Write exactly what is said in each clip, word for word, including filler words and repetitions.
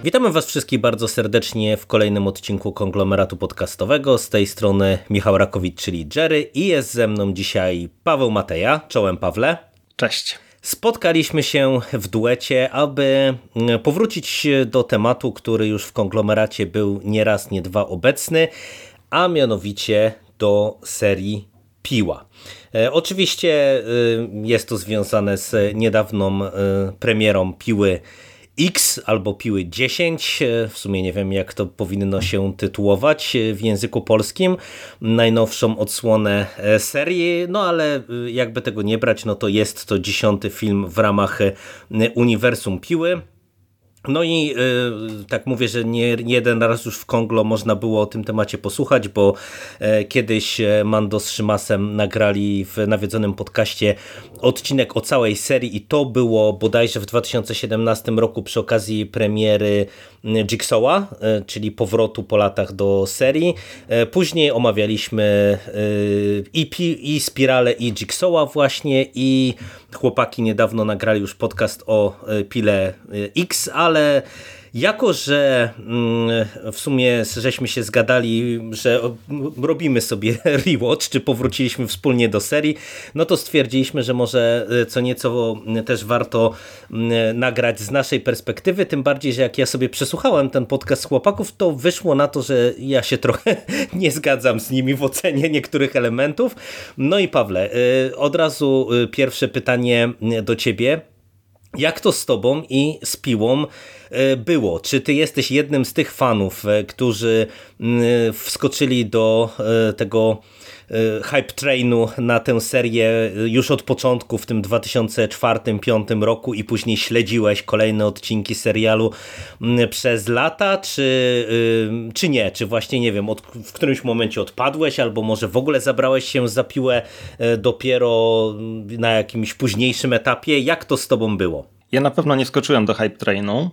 Witamy Was wszystkich bardzo serdecznie w kolejnym odcinku Konglomeratu Podcastowego. Z tej strony Michał Rakowicz, czyli Jerry, i jest ze mną dzisiaj Paweł Mateja. Czołem, Pawle. Cześć. Spotkaliśmy się w duecie, aby powrócić do tematu, który już w Konglomeracie był nie raz, nie dwa obecny, a mianowicie do serii Piła. E, oczywiście y, jest to związane z niedawną y, premierą Piły X albo Piły dziesięć, w sumie nie wiem jak to powinno się tytułować w języku polskim, najnowszą odsłonę serii, no ale jakby tego nie brać, no to jest to dziesiąty film w ramach uniwersum Piły. No i yy, tak mówię, że nie jeden raz już w Konglo można było o tym temacie posłuchać, bo e, kiedyś Mando z Szymasem nagrali w nawiedzonym podcaście odcinek o całej serii i to było bodajże w dwa tysiące siedemnastym roku przy okazji premiery Jigsawa, e, czyli powrotu po latach do serii. E, później omawialiśmy e, i, i Spirale, i Jigsawa właśnie, i chłopaki niedawno nagrali już podcast o Pile X, ale jako, że w sumie żeśmy się zgadali, że robimy sobie rewatch, czy powróciliśmy wspólnie do serii, no to stwierdziliśmy, że może co nieco też warto nagrać z naszej perspektywy, tym bardziej, że jak ja sobie przesłuchałem ten podcast chłopaków, to wyszło na to, że ja się trochę nie zgadzam z nimi w ocenie niektórych elementów. No i Pawle, od razu pierwsze pytanie do ciebie. Jak to z tobą i z Piłą było? Czy ty jesteś jednym z tych fanów, którzy wskoczyli do tego hype trainu na tę serię już od początku w tym dwa tysiące czwartym do dwa tysiące piątym roku i później śledziłeś kolejne odcinki serialu przez lata, czy, czy nie? Czy właśnie, nie wiem, od, w którymś momencie odpadłeś, albo może w ogóle zabrałeś się za Piłę dopiero na jakimś późniejszym etapie? Jak to z tobą było? Ja na pewno nie wskoczyłem do hype trainu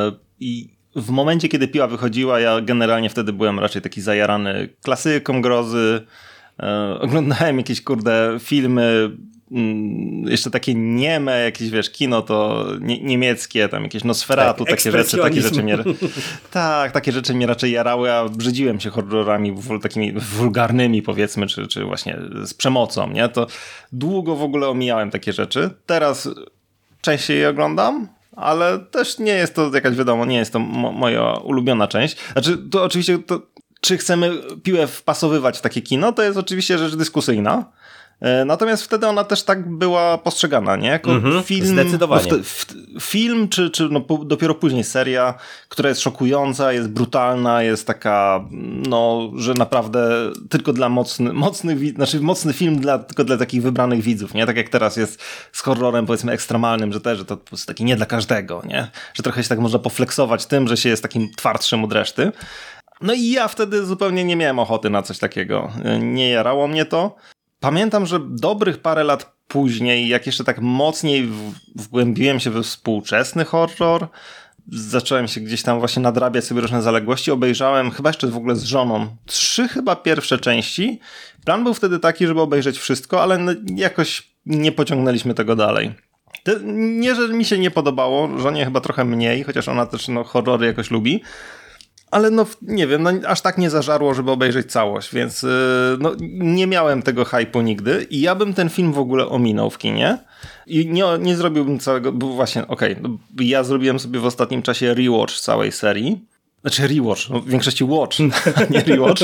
i w momencie, kiedy Piła wychodziła, ja generalnie wtedy byłem raczej taki zajarany klasyką grozy. Oglądałem jakieś, kurde, filmy, jeszcze takie nieme, jakieś, wiesz, kino to nie, niemieckie, tam jakieś Nosferatu, tak, takie rzeczy, takie rzeczy mnie, tak, takie rzeczy mnie raczej jarały, a brzydziłem się horrorami takimi wulgarnymi, powiedzmy, czy, czy właśnie z przemocą, nie? To długo w ogóle omijałem takie rzeczy. Teraz częściej je oglądam, ale też nie jest to jakaś, wiadomo, nie jest to mo- moja ulubiona część. Znaczy, to oczywiście to czy chcemy Piłę wpasowywać w takie kino, to jest oczywiście rzecz dyskusyjna. Natomiast wtedy ona też tak była postrzegana, nie? Jako mm-hmm, film, zdecydowanie. No w, w, film, czy, czy no, dopiero później seria, która jest szokująca, jest brutalna, jest taka, no, że naprawdę tylko dla mocnych, mocnych, znaczy mocny film dla, tylko dla takich wybranych widzów, nie? Tak jak teraz jest z horrorem, powiedzmy, ekstremalnym, że też, że to jest taki nie dla każdego, nie? Że trochę się tak można pofleksować tym, że się jest takim twardszym od reszty. No i ja wtedy zupełnie nie miałem ochoty na coś takiego. Nie jarało mnie to. Pamiętam, że dobrych parę lat później, jak jeszcze tak mocniej wgłębiłem się we współczesny horror, zacząłem się gdzieś tam właśnie nadrabiać sobie różne zaległości, obejrzałem chyba jeszcze w ogóle z żoną trzy chyba pierwsze części. Plan był wtedy taki, żeby obejrzeć wszystko, ale jakoś nie pociągnęliśmy tego dalej. Nie, że mi się nie podobało, żonie chyba trochę mniej, chociaż ona też no, horrory jakoś lubi. Ale no nie wiem, no, aż tak nie zażarło, żeby obejrzeć całość, więc yy, no, nie miałem tego hype'u nigdy i ja bym ten film w ogóle ominął w kinie i nie, nie zrobiłbym całego, bo właśnie, okej, okay, no, ja zrobiłem sobie w ostatnim czasie rewatch całej serii, znaczy rewatch, no, w większości watch, nie rewatch,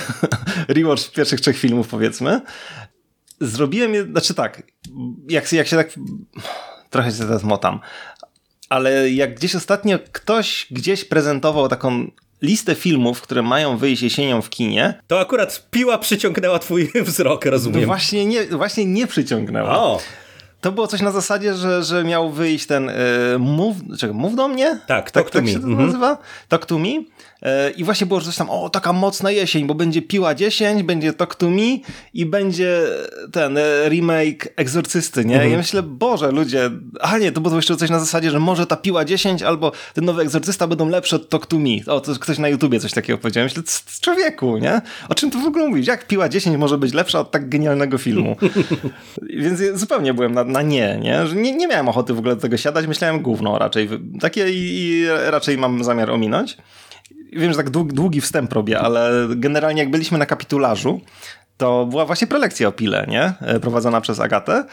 rewatch pierwszych trzech filmów powiedzmy. Zrobiłem je, znaczy tak, jak, jak się tak, trochę się teraz motam, ale jak gdzieś ostatnio ktoś gdzieś prezentował taką listę filmów, które mają wyjść jesienią w kinie. To akurat Piła przyciągnęła twój wzrok, rozumiem. No właśnie nie, właśnie nie przyciągnęła. O. To było coś na zasadzie, że, że miał wyjść ten y, move, czekaj, move do mnie? Tak, tak, Talk to tak Me. się to Mhm. nazywa? Talk to Me. Y, I właśnie było coś tam, o, taka mocna jesień, bo będzie Piła dziesięć, będzie Talk to Me i będzie ten y, remake Egzorcysty, nie? Mhm. I ja myślę, Boże, ludzie, a nie, to było jeszcze coś na zasadzie, że może ta Piła dziesięć albo ten nowy Egzorcysta będą lepsze od Talk to Me. O, to ktoś na YouTubie coś takiego powiedział. Myślę, z człowieku, nie? O czym tu w ogóle mówisz? Jak Piła dziesięć może być lepsza od tak genialnego filmu? Więc zupełnie byłem na na nie, nie? Że nie, nie miałem ochoty w ogóle do tego siadać, myślałem gówno raczej. Takie i, i raczej mam zamiar ominąć. Wiem, że tak długi, długi wstęp robię, ale generalnie jak byliśmy na kapitularzu, to była właśnie prelekcja o Pile, nie? Prowadzona przez Agatę.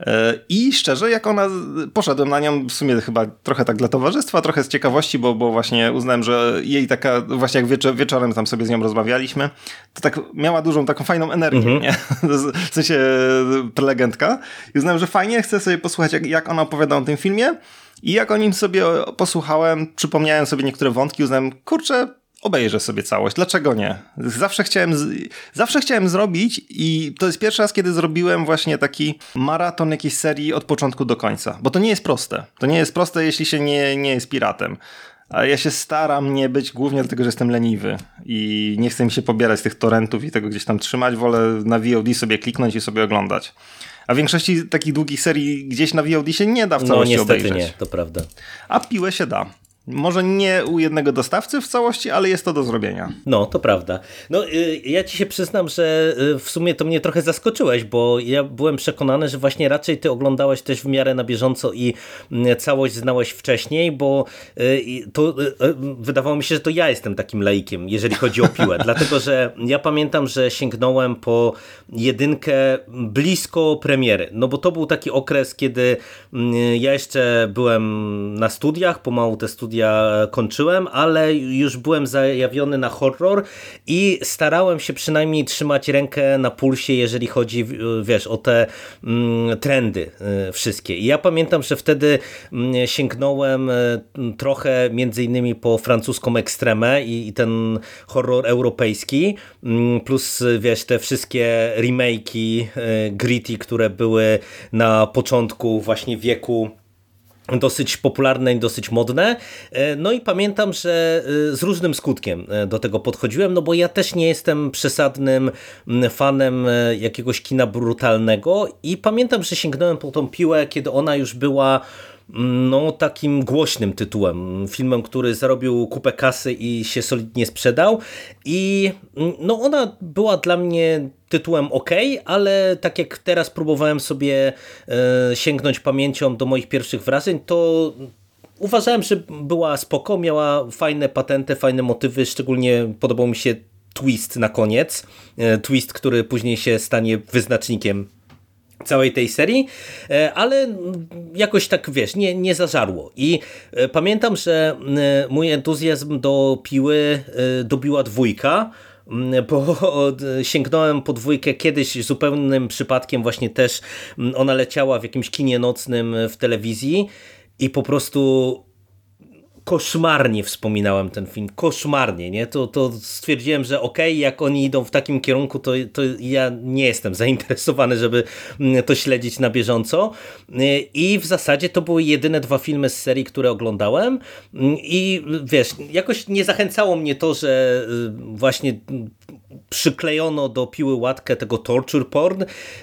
I szczerze, jak ona, poszedłem na nią w sumie chyba trochę tak dla towarzystwa, trochę z ciekawości, bo, bo właśnie uznałem, że jej taka, właśnie jak wieczor, wieczorem tam sobie z nią rozmawialiśmy, to tak miała dużą taką fajną energię, mhm. nie? W sensie prelegentka. I uznałem, że fajnie, chcę sobie posłuchać, jak, jak ona opowiada o tym filmie. I jak o nim sobie posłuchałem, przypomniałem sobie niektóre wątki, uznałem, kurczę, obejrzę sobie całość. Dlaczego nie? Zawsze chciałem, z... Zawsze chciałem zrobić i to jest pierwszy raz, kiedy zrobiłem właśnie taki maraton jakiejś serii od początku do końca. Bo to nie jest proste. To nie jest proste, jeśli się nie, nie jest piratem. A ja się staram nie być, głównie dlatego, że jestem leniwy i nie chcę mi się pobierać z tych torrentów i tego gdzieś tam trzymać. Wolę na V O D sobie kliknąć i sobie oglądać. A w większości takich długich serii gdzieś na V O D się nie da w całości no, niestety obejrzeć. Nie, to prawda. A Piłę się da. Może nie u jednego dostawcy w całości, ale jest to do zrobienia. No, to prawda. No, y, ja ci się przyznam, że y, w sumie to mnie trochę zaskoczyłeś, bo ja byłem przekonany, że właśnie raczej ty oglądałeś też w miarę na bieżąco i y, całość znałeś wcześniej, bo y, to y, wydawało mi się, że to ja jestem takim laikiem, jeżeli chodzi o Piłę. Dlatego, że ja pamiętam, że sięgnąłem po jedynkę blisko premiery. No bo to był taki okres, kiedy y, ja jeszcze byłem na studiach, pomału te studia kończyłem, ale już byłem zajawiony na horror i starałem się przynajmniej trzymać rękę na pulsie, jeżeli chodzi, wiesz, o te mm, trendy y, wszystkie. I ja pamiętam, że wtedy mm, sięgnąłem y, trochę między innymi po francuską ekstremę i, i ten horror europejski, y, plus wiesz, te wszystkie remake'i y, gritty, które były na początku właśnie wieku dosyć popularne i dosyć modne. No i pamiętam, że z różnym skutkiem do tego podchodziłem, no bo ja też nie jestem przesadnym fanem jakiegoś kina brutalnego i pamiętam, że sięgnąłem po tą Piłę, kiedy ona już była no takim głośnym tytułem, filmem, który zarobił kupę kasy i się solidnie sprzedał i no ona była dla mnie tytułem ok, ale tak jak teraz próbowałem sobie e, sięgnąć pamięcią do moich pierwszych wrażeń, to uważałem, że była spoko, miała fajne patenty, fajne motywy, szczególnie podobał mi się twist na koniec, e, twist, który później się stanie wyznacznikiem całej tej serii, ale jakoś tak, wiesz, nie, nie zażarło. I pamiętam, że mój entuzjazm do Piły dobiła dwójka, bo sięgnąłem po dwójkę kiedyś zupełnym przypadkiem, właśnie też ona leciała w jakimś kinie nocnym w telewizji i po prostu koszmarnie wspominałem ten film, koszmarnie, nie? To, to stwierdziłem, że okej, okay, jak oni idą w takim kierunku, to, to ja nie jestem zainteresowany, żeby to śledzić na bieżąco. I w zasadzie to były jedyne dwa filmy z serii, które oglądałem i wiesz, jakoś nie zachęcało mnie to, że właśnie przyklejono do Piły łatkę tego torture porn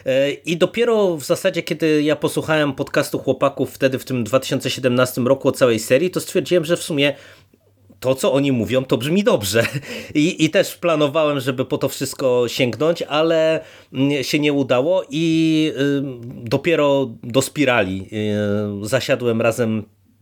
i dopiero w zasadzie, kiedy ja posłuchałem podcastu chłopaków wtedy w tym dwa tysiące siedemnastym roku o całej serii, to stwierdziłem, że w sumie to, co oni mówią, to brzmi dobrze. I, I też planowałem, żeby po to wszystko sięgnąć, ale się nie udało i y, dopiero do Spirali y, zasiadłem razem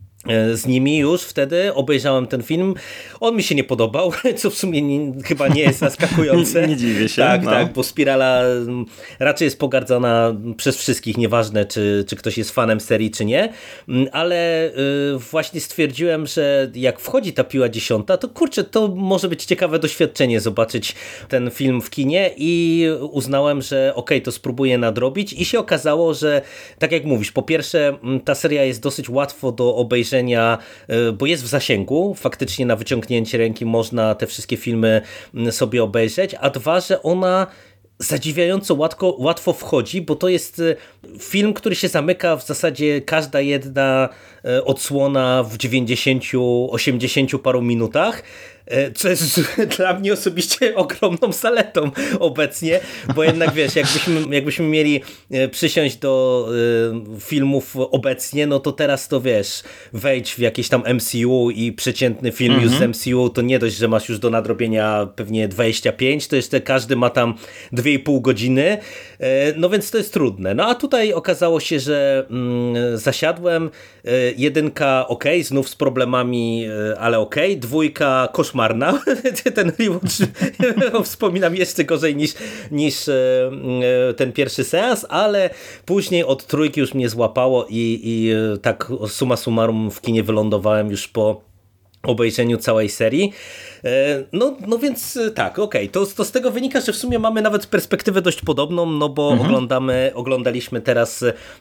z nimi już wtedy, obejrzałem ten film. On mi się nie podobał, co w sumie nie, chyba nie jest zaskakujące. nie, nie dziwię się. Tak, no. tak, bo Spirala raczej jest pogardzana przez wszystkich, nieważne czy, czy ktoś jest fanem serii, czy nie, ale właśnie stwierdziłem, że jak wchodzi ta Piła dziesiąta, to kurczę, to może być ciekawe doświadczenie zobaczyć ten film w kinie i uznałem, że okej, okay, to spróbuję nadrobić i się okazało, że tak jak mówisz, po pierwsze ta seria jest dosyć łatwo do obejrzenia, bo jest w zasięgu, faktycznie na wyciągnięcie ręki można te wszystkie filmy sobie obejrzeć, a dwa, że ona zadziwiająco łatwo, łatwo wchodzi, bo to jest film, który się zamyka w zasadzie każda jedna odsłona w dziewięćdziesięciu, osiemdziesięciu paru minutach, Co jest dla mnie osobiście ogromną zaletą obecnie, bo jednak wiesz, jakbyśmy, jakbyśmy mieli przysiąść do y, filmów obecnie, no to teraz to wiesz, wejdź w jakieś tam M C U i przeciętny film mm-hmm. już z M C U, to nie dość, że masz już do nadrobienia pewnie dwadzieścia pięć, to jeszcze każdy ma tam dwie i pół godziny, y, no więc to jest trudne. No a tutaj okazało się, że y, zasiadłem, y, jedynka ok, znów z problemami, y, ale ok, dwójka koszmarna. Ten rewatch wspominam jeszcze gorzej niż, niż ten pierwszy seans, ale później od trójki już mnie złapało i, i tak summa summarum w kinie wylądowałem już po obejrzeniu całej serii. No, no więc tak, okej, okay. to, to z tego wynika, że w sumie mamy nawet perspektywę dość podobną, no bo mhm. oglądamy, oglądaliśmy teraz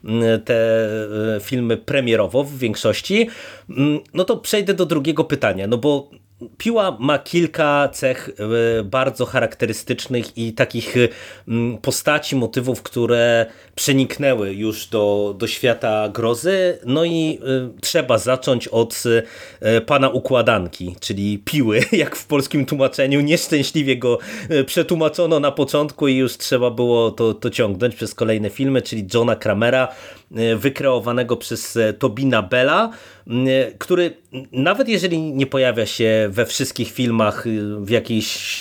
te filmy premierowo w większości. No to przejdę do drugiego pytania, no bo Piła ma kilka cech bardzo charakterystycznych i takich postaci, motywów, które przeniknęły już do, do świata grozy. No i trzeba zacząć od pana układanki, czyli Piły, jak w polskim tłumaczeniu. Nieszczęśliwie go przetłumaczono na początku i już trzeba było to, to ciągnąć przez kolejne filmy, czyli Johna Kramera, wykreowanego przez Tobina Bella, który nawet jeżeli nie pojawia się we wszystkich filmach w jakiejś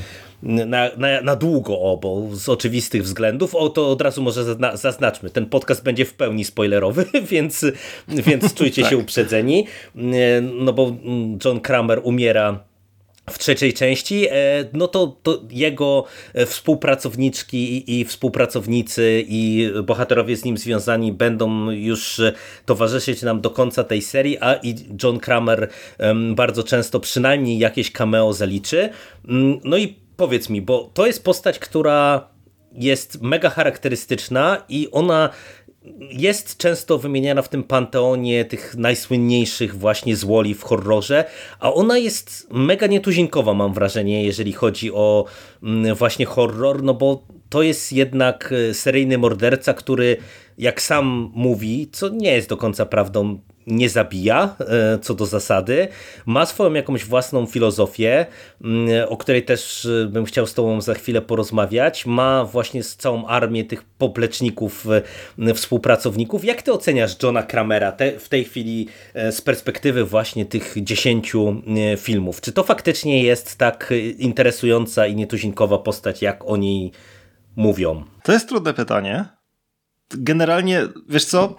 na, na, na długo, o, bo z oczywistych względów, o to od razu może zazna- zaznaczmy, ten podcast będzie w pełni spoilerowy, więc, więc czujcie się uprzedzeni, no bo John Kramer umiera w trzeciej części, no to, to jego współpracowniczki i, i współpracownicy i bohaterowie z nim związani będą już towarzyszyć nam do końca tej serii, a i John Kramer bardzo często przynajmniej jakieś cameo zaliczy. No i powiedz mi, bo to jest postać, która jest mega charakterystyczna i ona jest często wymieniana w tym panteonie tych najsłynniejszych właśnie złoli w horrorze, a ona jest mega nietuzinkowa, mam wrażenie, jeżeli chodzi o właśnie horror, no bo to jest jednak seryjny morderca, który jak sam mówi, co nie jest do końca prawdą, nie zabija, co do zasady, ma swoją jakąś własną filozofię, o której też bym chciał z tobą za chwilę porozmawiać, ma właśnie całą armię tych popleczników, współpracowników. Jak ty oceniasz Johna Kramera te, w tej chwili z perspektywy właśnie tych dziesięciu filmów? Czy to faktycznie jest tak interesująca i nietuzinkowa postać, jak o niej mówią? To jest trudne pytanie. Generalnie, wiesz co,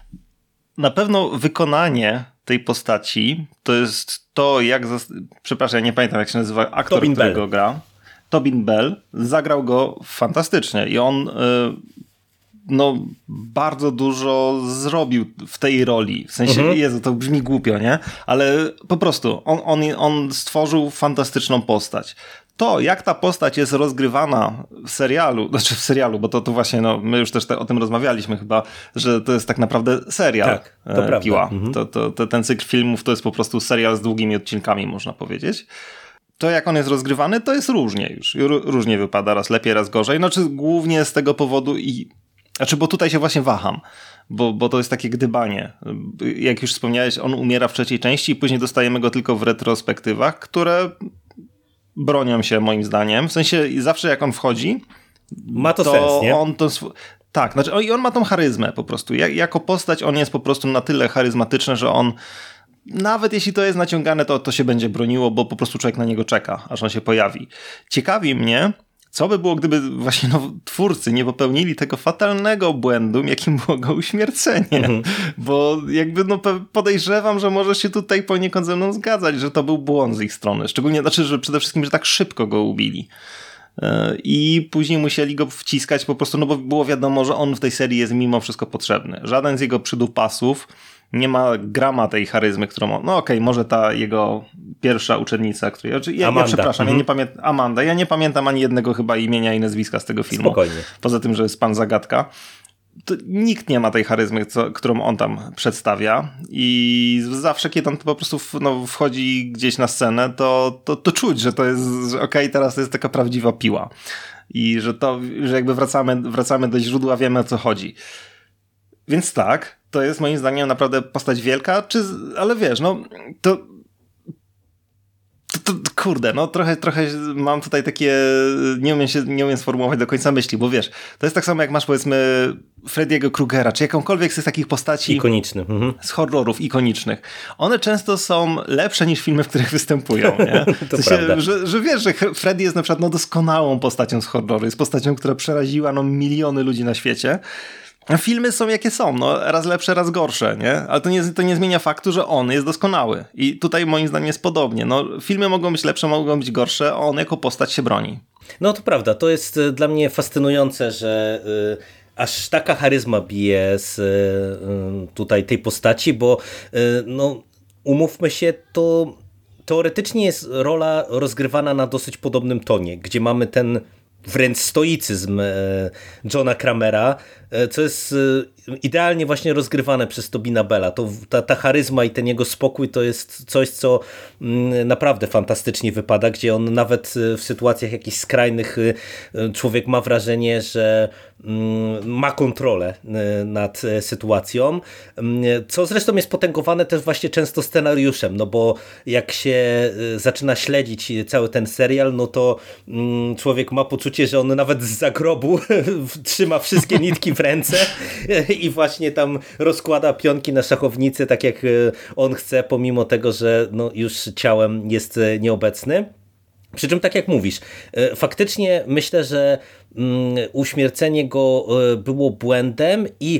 na pewno wykonanie tej postaci to jest to, jak... Zas- Przepraszam, ja nie pamiętam, jak się nazywa aktor, Tobin którego Bell. gra. Tobin Bell. Zagrał go fantastycznie i on y, no, bardzo dużo zrobił w tej roli. W sensie, mhm. Jezu, to brzmi głupio, nie? Ale po prostu on, on, on stworzył fantastyczną postać. To, jak ta postać jest rozgrywana w serialu, znaczy w serialu, bo to, to właśnie, no, my już też te, o tym rozmawialiśmy chyba, że to jest tak naprawdę serial. Tak, to e, prawda. Piła. Mhm. To, to, to, ten cykl filmów to jest po prostu serial z długimi odcinkami, można powiedzieć. To, jak on jest rozgrywany, to jest różnie już. Różnie wypada, raz lepiej, raz gorzej. Znaczy głównie z tego powodu i... Znaczy, bo tutaj się właśnie waham, bo, bo to jest takie gdybanie. Jak już wspomniałeś, on umiera w trzeciej części i później dostajemy go tylko w retrospektywach, które... bronią się moim zdaniem. W sensie zawsze jak on wchodzi, ma to, to sens, nie? On to sw- tak, znaczy i on ma tą charyzmę po prostu. Jak, jako postać on jest po prostu na tyle charyzmatyczny, że on nawet jeśli to jest naciągane, to, to się będzie broniło, bo po prostu człowiek na niego czeka, aż on się pojawi. Ciekawi mnie, co by było, gdyby właśnie no, twórcy nie popełnili tego fatalnego błędu, jakim było go uśmiercenie. Mhm. Bo jakby no, podejrzewam, że możesz się tutaj poniekąd ze mną zgadzać, że to był błąd z ich strony. Szczególnie, znaczy, że przede wszystkim, że tak szybko go ubili. I później musieli go wciskać po prostu, no bo było wiadomo, że on w tej serii jest mimo wszystko potrzebny. Żaden z jego przydupasów nie ma grama tej charyzmy, którą... No okej, okay, może ta jego pierwsza uczennica, której... Ja, ja przepraszam, mhm. ja nie pamiętam... Amanda. Ja nie pamiętam ani jednego chyba imienia i nazwiska z tego filmu. Spokojnie. Poza tym, że jest pan zagadka. To nikt nie ma tej charyzmy, co, którą on tam przedstawia i zawsze, kiedy on po prostu w, no, wchodzi gdzieś na scenę, to, to, to czuć, że to jest... Okej, okay, teraz to jest taka prawdziwa Piła. I że to, że jakby wracamy, wracamy do źródła, wiemy, o co chodzi. Więc tak, to jest moim zdaniem naprawdę postać wielka, czy, ale wiesz, no to, to to, kurde, no trochę, trochę mam tutaj takie, nie umiem się, nie umiem sformułować do końca myśli, bo wiesz, to jest tak samo jak masz powiedzmy Freddy'ego Krugera, czy jakąkolwiek z takich postaci ikonicznych, mhm. z horrorów ikonicznych. One często są lepsze niż filmy, w których występują, nie? To w sensie, że, że wiesz, że Freddy jest na przykład no, doskonałą postacią z horroru, jest postacią, która przeraziła no, miliony ludzi na świecie. A filmy są jakie są, no raz lepsze, raz gorsze, nie? Ale to nie, to nie zmienia faktu, że on jest doskonały. I tutaj moim zdaniem jest podobnie. No, filmy mogą być lepsze, mogą być gorsze, a on jako postać się broni. No to prawda, to jest dla mnie fascynujące, że y, aż taka charyzma bije z y, tutaj tej postaci, bo y, no umówmy się, to teoretycznie jest rola rozgrywana na dosyć podobnym tonie, gdzie mamy ten wręcz stoicyzm Johna Kramera, co jest idealnie właśnie rozgrywane przez Tobina Bella. To, ta, ta charyzma i ten jego spokój to jest coś, co naprawdę fantastycznie wypada, gdzie on nawet w sytuacjach jakichś skrajnych człowiek ma wrażenie, że ma kontrolę nad sytuacją, co zresztą jest potęgowane też właśnie często scenariuszem, no bo jak się zaczyna śledzić cały ten serial, no to człowiek ma poczucie, że on nawet z zagrobu trzyma wszystkie nitki w ręce i właśnie tam rozkłada pionki na szachownicy tak jak on chce, pomimo tego, że no już ciałem jest nieobecny. Przy czym tak jak mówisz, faktycznie myślę, że uśmiercenie go było błędem i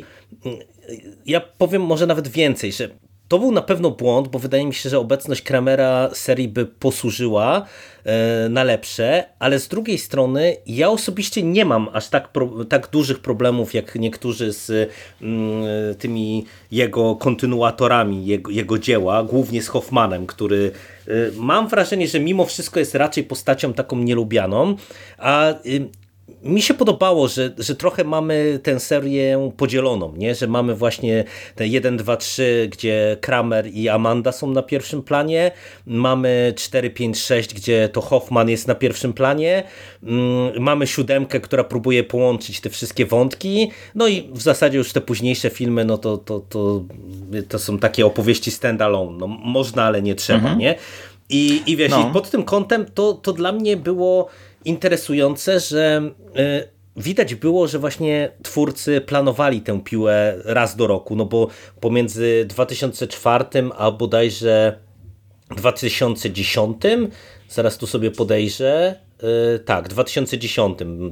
ja powiem może nawet więcej, że to był na pewno błąd, bo wydaje mi się, że obecność Kramera serii by posłużyła na lepsze, ale z drugiej strony ja osobiście nie mam aż tak, pro, tak dużych problemów jak niektórzy z mm, tymi jego kontynuatorami, jego, jego dzieła, głównie z Hoffmanem, który y, mam wrażenie, że mimo wszystko jest raczej postacią taką nielubianą, a y, mi się podobało, że, że trochę mamy tę serię podzieloną, nie? Że mamy właśnie te jeden, dwa, trzy, gdzie Kramer i Amanda są na pierwszym planie, mamy cztery, pięć, sześć, gdzie to Hoffman jest na pierwszym planie, mamy siódemkę, która próbuje połączyć te wszystkie wątki, no i w zasadzie już te późniejsze filmy, no to, to, to, to są takie opowieści stand-alone, no można, ale nie trzeba, mhm. nie? I, i wiesz, no. i pod tym kątem to, to dla mnie było interesujące, że y, widać było, że właśnie twórcy planowali tę piłę raz do roku, no bo pomiędzy dwa tysiące czwartym a bodajże dwa tysiące dziesiątym, zaraz tu sobie podejrzę, y, tak, dwa tysiące dziesiątym,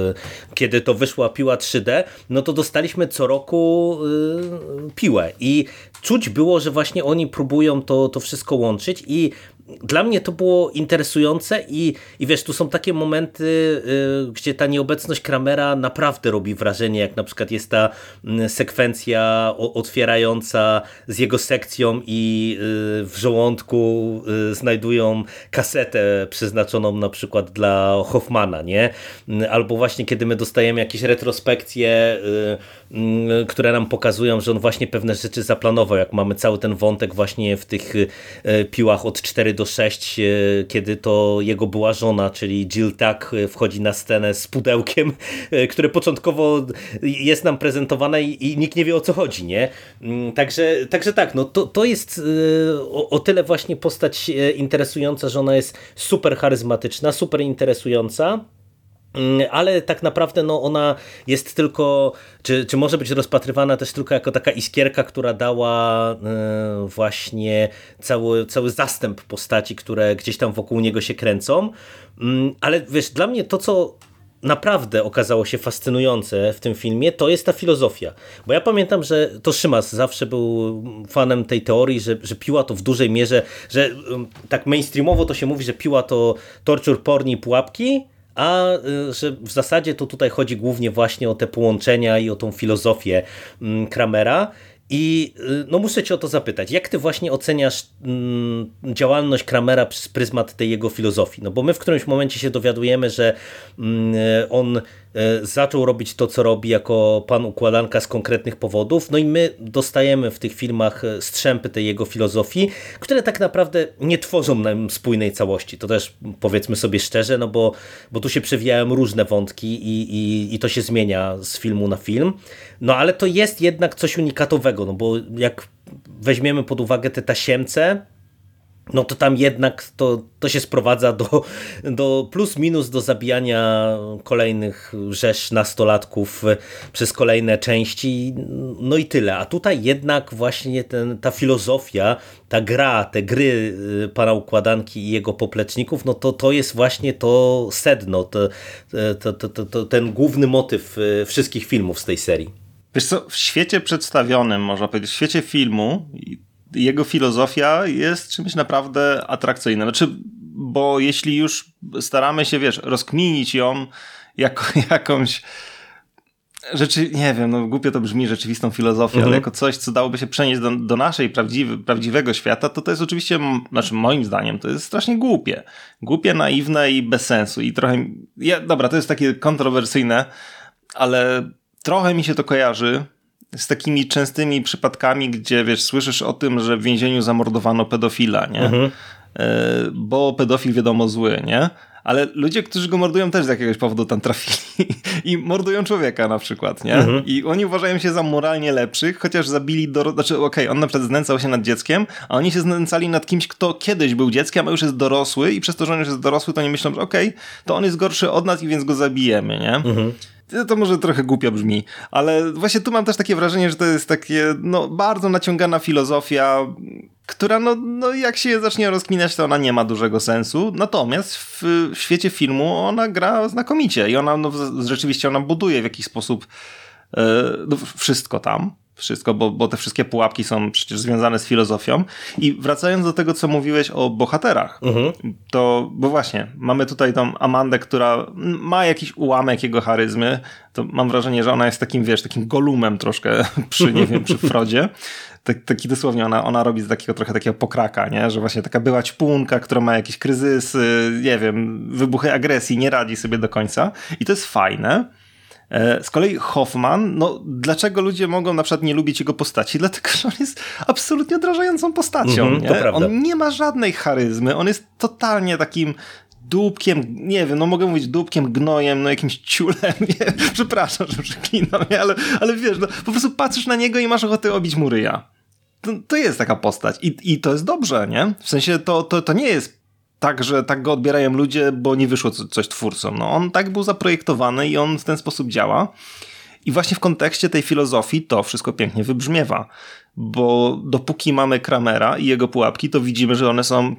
y, kiedy to wyszła piła trzy D, no to dostaliśmy co roku y, piłę i czuć było, że właśnie oni próbują to, to wszystko łączyć i dla mnie to było interesujące i, i wiesz, tu są takie momenty, y, gdzie ta nieobecność Kramera naprawdę robi wrażenie, jak na przykład jest ta y, sekwencja o, otwierająca z jego sekcją i y, w żołądku y, znajdują kasetę przeznaczoną na przykład dla Hoffmana, nie? Albo właśnie kiedy my dostajemy jakieś retrospekcje, y, y, które nam pokazują, że on właśnie pewne rzeczy zaplanował, jak mamy cały ten wątek właśnie w tych y, piłach od cztery do sześć, kiedy to jego była żona, czyli Jill Tuck, wchodzi na scenę z pudełkiem, które początkowo jest nam prezentowane i, i nikt nie wie, o co chodzi, nie? Także, także tak, no to, to jest o, o tyle właśnie postać interesująca, że ona jest super charyzmatyczna, super interesująca, ale tak naprawdę no ona jest tylko, czy, czy może być rozpatrywana też tylko jako taka iskierka, która dała właśnie cały, cały zastęp postaci, które gdzieś tam wokół niego się kręcą, ale wiesz, dla mnie to, co naprawdę okazało się fascynujące w tym filmie, to jest ta filozofia. Bo ja pamiętam, że to Szymas zawsze był fanem tej teorii, że, że piła to w dużej mierze, że tak mainstreamowo to się mówi, że piła to torture, porn i pułapki, a że w zasadzie to tutaj chodzi głównie właśnie o te połączenia i o tą filozofię Kramera. I no muszę cię o to zapytać, jak ty właśnie oceniasz mm, działalność Kramera przez pryzmat tej jego filozofii? No bo my w którymś momencie się dowiadujemy, że mm, on zaczął robić to, co robi jako pan układanka z konkretnych powodów, no i my dostajemy w tych filmach strzępy tej jego filozofii, które tak naprawdę nie tworzą nam spójnej całości. To też powiedzmy sobie szczerze, no bo, bo tu się przewijają różne wątki i, i, i to się zmienia z filmu na film. No ale to jest jednak coś unikatowego, no bo jak weźmiemy pod uwagę te tasiemce, no to tam jednak to, to się sprowadza do, do plus minus do zabijania kolejnych rzesz nastolatków przez kolejne części, no i tyle. A tutaj jednak właśnie ten, ta filozofia, ta gra, te gry pana układanki i jego popleczników, no to to jest właśnie to sedno, to, to, to, to, to ten główny motyw wszystkich filmów z tej serii. Wiesz co, w świecie przedstawionym, można powiedzieć, w świecie filmu jego filozofia jest czymś naprawdę atrakcyjnym. Znaczy, bo jeśli już staramy się, wiesz, rozkminić ją jako jakąś rzeczy, nie wiem, no głupio to brzmi, rzeczywistą filozofię, mhm. ale jako coś, co dałoby się przenieść do, do naszej prawdziwy, prawdziwego świata, to to jest oczywiście, znaczy moim zdaniem, to jest strasznie głupie. Głupie, naiwne i bez sensu. I trochę, ja, dobra, to jest takie kontrowersyjne, ale trochę mi się to kojarzy z takimi częstymi przypadkami, gdzie, wiesz, słyszysz o tym, że w więzieniu zamordowano pedofila, nie? Mhm. Bo pedofil wiadomo zły, nie? Ale ludzie, którzy go mordują, też z jakiegoś powodu tam trafili i mordują człowieka na przykład, nie? Mhm. I oni uważają się za moralnie lepszych, chociaż zabili, do... znaczy okej, okay, on na przykład znęcał się nad dzieckiem, a oni się znęcali nad kimś, kto kiedyś był dzieckiem, a już jest dorosły i przez to, że on już jest dorosły, to nie myślą, że okej, okay, to on jest gorszy od nas i więc go zabijemy, nie? Mhm. To może trochę głupio brzmi, ale właśnie tu mam też takie wrażenie, że to jest takie, no, bardzo naciągana filozofia, która, no, no jak się zacznie rozkminiać, to ona nie ma dużego sensu, natomiast w, w świecie filmu ona gra znakomicie i ona, no, rzeczywiście ona buduje w jakiś sposób yy, no, wszystko tam. Wszystko, bo, bo te wszystkie pułapki są przecież związane z filozofią. I wracając do tego, co mówiłeś o bohaterach, mhm. to, bo właśnie, mamy tutaj tą Amandę, która ma jakiś ułamek jego charyzmy, to mam wrażenie, że ona jest takim, wiesz, takim Golumem troszkę przy, nie wiem, przy Frodzie. Tak, taki dosłownie, ona, ona robi z takiego trochę takiego pokraka, nie? Że właśnie taka była ćpunka, która ma jakieś kryzysy, nie wiem, wybuchy agresji, nie radzi sobie do końca. I to jest fajne. Z kolei Hoffman, no dlaczego ludzie mogą na przykład nie lubić jego postaci? Dlatego, że on jest absolutnie odrażającą postacią. Mm-hmm, nie? To prawda. On nie ma żadnej charyzmy, on jest totalnie takim dupkiem, nie wiem, no mogę mówić dupkiem, gnojem, no jakimś ciulem, nie? Przepraszam, że przeklinam, nie? Ale, ale wiesz, no, po prostu patrzysz na niego i masz ochotę obić mu ryja. To, to jest taka postać I, i to jest dobrze, nie? W sensie to, to, to nie jest tak, że tak go odbierają ludzie, bo nie wyszło coś twórcom. No on tak był zaprojektowany i on w ten sposób działa. I właśnie w kontekście tej filozofii to wszystko pięknie wybrzmiewa. Bo dopóki mamy Kramera i jego pułapki, to widzimy, że one są...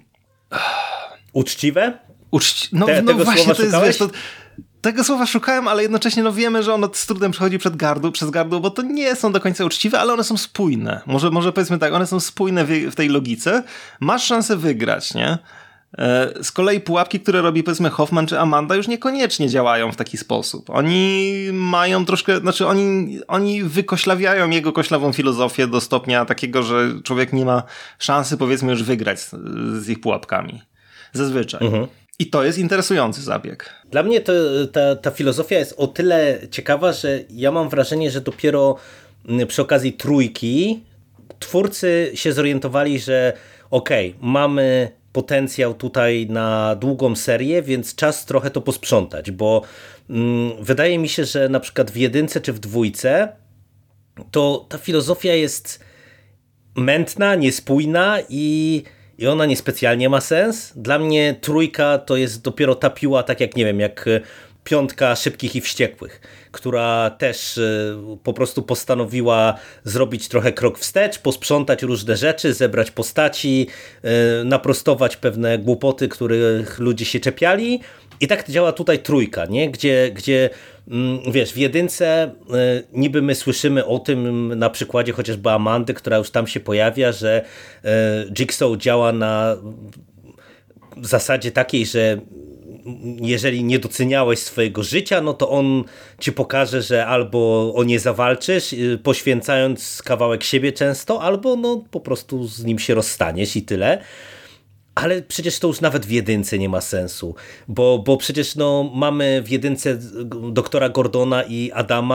Uczciwe? Uczci... No, Te, no tego właśnie słowa to jest, wiesz, to... Tego słowa szukałem, ale jednocześnie no wiemy, że ono z trudem przechodzi przed gardło, przez gardło, bo to nie są do końca uczciwe, ale one są spójne. Może, może powiedzmy tak, one są spójne w, w tej logice. Masz szansę wygrać, nie? Z kolei pułapki, które robi powiedzmy Hoffman czy Amanda, już niekoniecznie działają w taki sposób. Oni mają troszkę, znaczy oni, oni wykoślawiają jego koślawą filozofię do stopnia takiego, że człowiek nie ma szansy powiedzmy już wygrać z, z ich pułapkami. Zazwyczaj. Mhm. I to jest interesujący zabieg. Dla mnie to, ta, ta filozofia jest o tyle ciekawa, że ja mam wrażenie, że dopiero przy okazji trójki twórcy się zorientowali, że okej, okay, mamy potencjał tutaj na długą serię, więc czas trochę to posprzątać, bo mm, wydaje mi się, że na przykład w jedynce czy w dwójce to ta filozofia jest mętna, niespójna i, i ona niespecjalnie ma sens. Dla mnie trójka to jest dopiero ta piła, tak jak nie wiem, jak piątka Szybkich i Wściekłych, która też po prostu postanowiła zrobić trochę krok wstecz, posprzątać różne rzeczy, zebrać postaci, naprostować pewne głupoty, których ludzie się czepiali. I tak działa tutaj trójka, nie? Gdzie, gdzie wiesz, w jedynce niby my słyszymy o tym na przykładzie chociażby Amandy, która już tam się pojawia, że Jigsaw działa na zasadzie takiej, że jeżeli nie doceniałeś swojego życia, no to on ci pokaże, że albo o nie zawalczysz, poświęcając kawałek siebie często, albo no po prostu z nim się rozstaniesz i tyle. Ale przecież to już nawet w jedynce nie ma sensu, bo, bo przecież no, mamy w jedynce doktora Gordona i Adama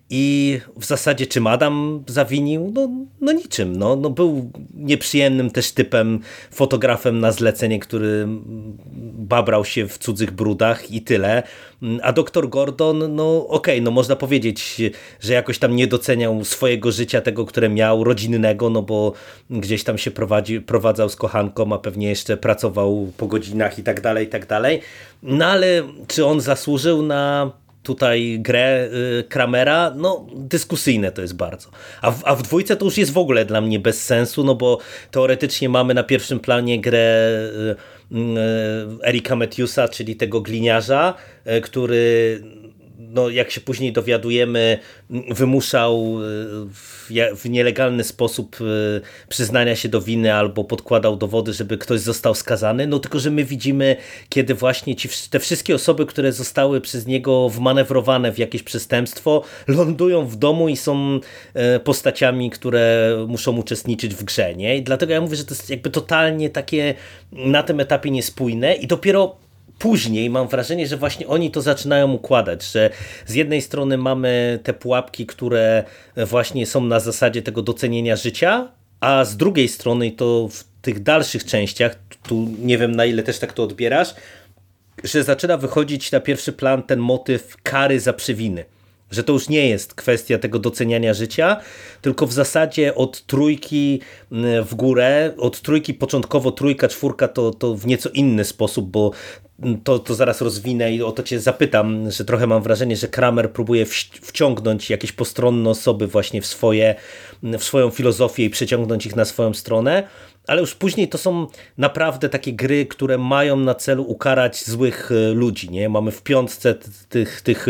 I w zasadzie czym Adam zawinił? No, no niczym. No, no był nieprzyjemnym też typem, fotografem na zlecenie, który babrał się w cudzych brudach i tyle. A doktor Gordon, no okej, okay, no można powiedzieć, że jakoś tam nie doceniał swojego życia, tego, które miał, rodzinnego, no bo gdzieś tam się prowadzi, prowadzał z kochanką, a pewnie jeszcze pracował po godzinach i tak dalej, i tak dalej. No ale czy on zasłużył na tutaj grę y, Kramera? No dyskusyjne to jest bardzo. A w, a w dwójce to już jest w ogóle dla mnie bez sensu, no bo teoretycznie mamy na pierwszym planie grę y, y, Erika Matthewsa, czyli tego gliniarza, y, który no, jak się później dowiadujemy, wymuszał w, w nielegalny sposób przyznania się do winy albo podkładał dowody, żeby ktoś został skazany. No tylko, że my widzimy, kiedy właśnie ci, te wszystkie osoby, które zostały przez niego wmanewrowane w jakieś przestępstwo, lądują w domu i są postaciami, które muszą uczestniczyć w grze, nie? I dlatego ja mówię, że to jest jakby totalnie takie na tym etapie niespójne i dopiero później mam wrażenie, że właśnie oni to zaczynają układać, że z jednej strony mamy te pułapki, które właśnie są na zasadzie tego docenienia życia, a z drugiej strony to w tych dalszych częściach, tu nie wiem na ile też tak to odbierasz, że zaczyna wychodzić na pierwszy plan ten motyw kary za przewiny. Że to już nie jest kwestia tego doceniania życia, tylko w zasadzie od trójki w górę, od trójki początkowo, trójka, czwórka to, to w nieco inny sposób, bo to, to zaraz rozwinę i o to cię zapytam, że trochę mam wrażenie, że Kramer próbuje wciągnąć jakieś postronne osoby właśnie w, swoje, w swoją filozofię i przeciągnąć ich na swoją stronę, ale już później to są naprawdę takie gry, które mają na celu ukarać złych ludzi, nie? Mamy w piątce tych, tych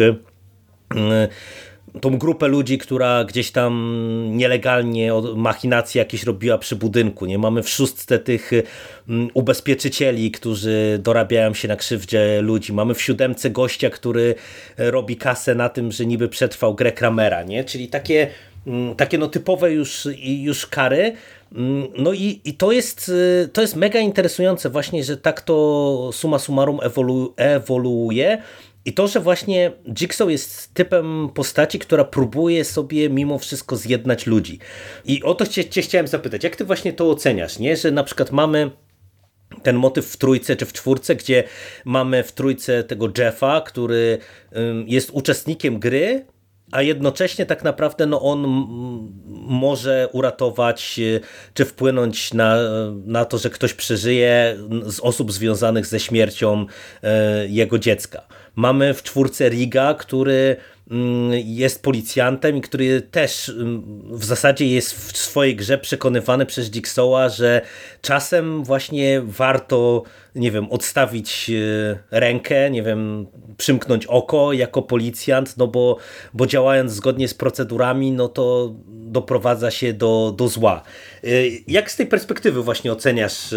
tą grupę ludzi, która gdzieś tam nielegalnie machinacje jakieś robiła przy budynku. Nie? Mamy w szóstce tych ubezpieczycieli, którzy dorabiają się na krzywdzie ludzi. Mamy w siódemce gościa, który robi kasę na tym, że niby przetrwał grę Kramera. Nie? Czyli takie, takie no typowe już, już kary. No i, i to jest, to jest mega interesujące właśnie, że tak to summa summarum ewolu, ewoluuje. I to, że właśnie Jigsaw jest typem postaci, która próbuje sobie mimo wszystko zjednać ludzi. I o to cię, cię chciałem zapytać, jak ty właśnie to oceniasz, nie? Że na przykład mamy ten motyw w trójce czy w czwórce, gdzie mamy w trójce tego Jeffa, który jest uczestnikiem gry, a jednocześnie tak naprawdę no on może uratować czy wpłynąć na, na to, że ktoś przeżyje z osób związanych ze śmiercią jego dziecka. Mamy w czwórce Riga, który jest policjantem i który też w zasadzie jest w swojej grze przekonywany przez Jigsawa, że czasem właśnie warto, nie wiem, odstawić rękę, nie wiem, przymknąć oko jako policjant, no bo, bo działając zgodnie z procedurami, no to doprowadza się do, do zła. Jak z tej perspektywy właśnie oceniasz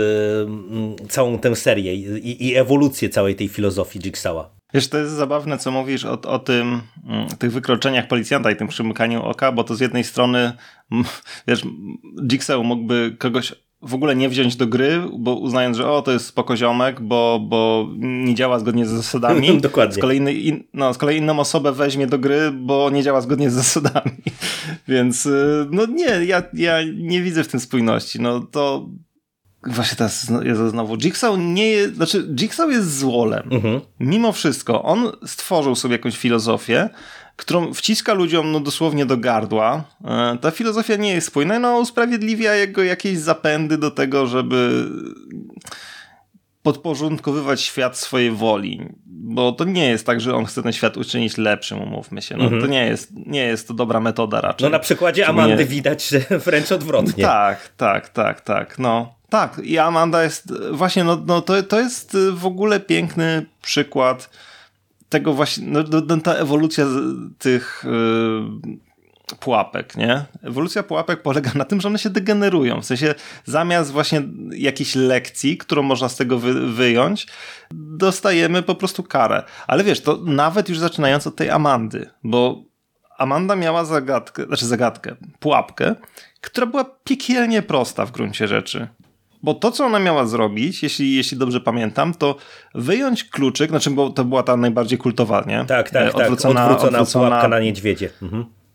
całą tę serię i, i ewolucję całej tej filozofii Jigsawa? Wiesz, to jest zabawne, co mówisz o, o tym, tych wykroczeniach policjanta i tym przymykaniu oka, bo to z jednej strony, wiesz, Jigsaw mógłby kogoś w ogóle nie wziąć do gry, bo uznając, że o, to jest spokoziomek, bo, bo nie działa zgodnie z zasadami. Dokładnie. Z kolei, in, no, z kolei inną osobę weźmie do gry, bo nie działa zgodnie z zasadami. Więc no nie, ja, ja nie widzę w tym spójności. No to właśnie teraz jest znowu Jigsaw nie jest, znaczy Jigsaw jest złolem. Mhm. Mimo wszystko on stworzył sobie jakąś filozofię, którą wciska ludziom no, dosłownie do gardła. Ta filozofia nie jest spójna, no usprawiedliwia jego jakieś zapędy do tego, żeby podporządkowywać świat swojej woli. Bo to nie jest tak, że on chce ten świat uczynić lepszym, umówmy się. No, mhm. To nie jest, nie jest to dobra metoda raczej. No na przykładzie Amandy nie... widać, że wręcz odwrotnie. Tak, tak, tak, tak. No. Tak, i Amanda jest właśnie, no, no to, to jest w ogóle piękny przykład tego właśnie, no, no ta ewolucja tych yy, pułapek, nie? Ewolucja pułapek polega na tym, że one się degenerują, w sensie zamiast właśnie jakiejś lekcji, którą można z tego wy, wyjąć, dostajemy po prostu karę. Ale wiesz, to nawet już zaczynając od tej Amandy, bo Amanda miała zagadkę, znaczy zagadkę, pułapkę, która była piekielnie prosta w gruncie rzeczy. Bo to, co ona miała zrobić, jeśli, jeśli dobrze pamiętam, to wyjąć kluczyk, znaczy bo to była ta najbardziej kultowa, nie? Tak, tak, odwrócona, tak. Odwrócona, odwrócona pułapka na niedźwiedzie. Mhm.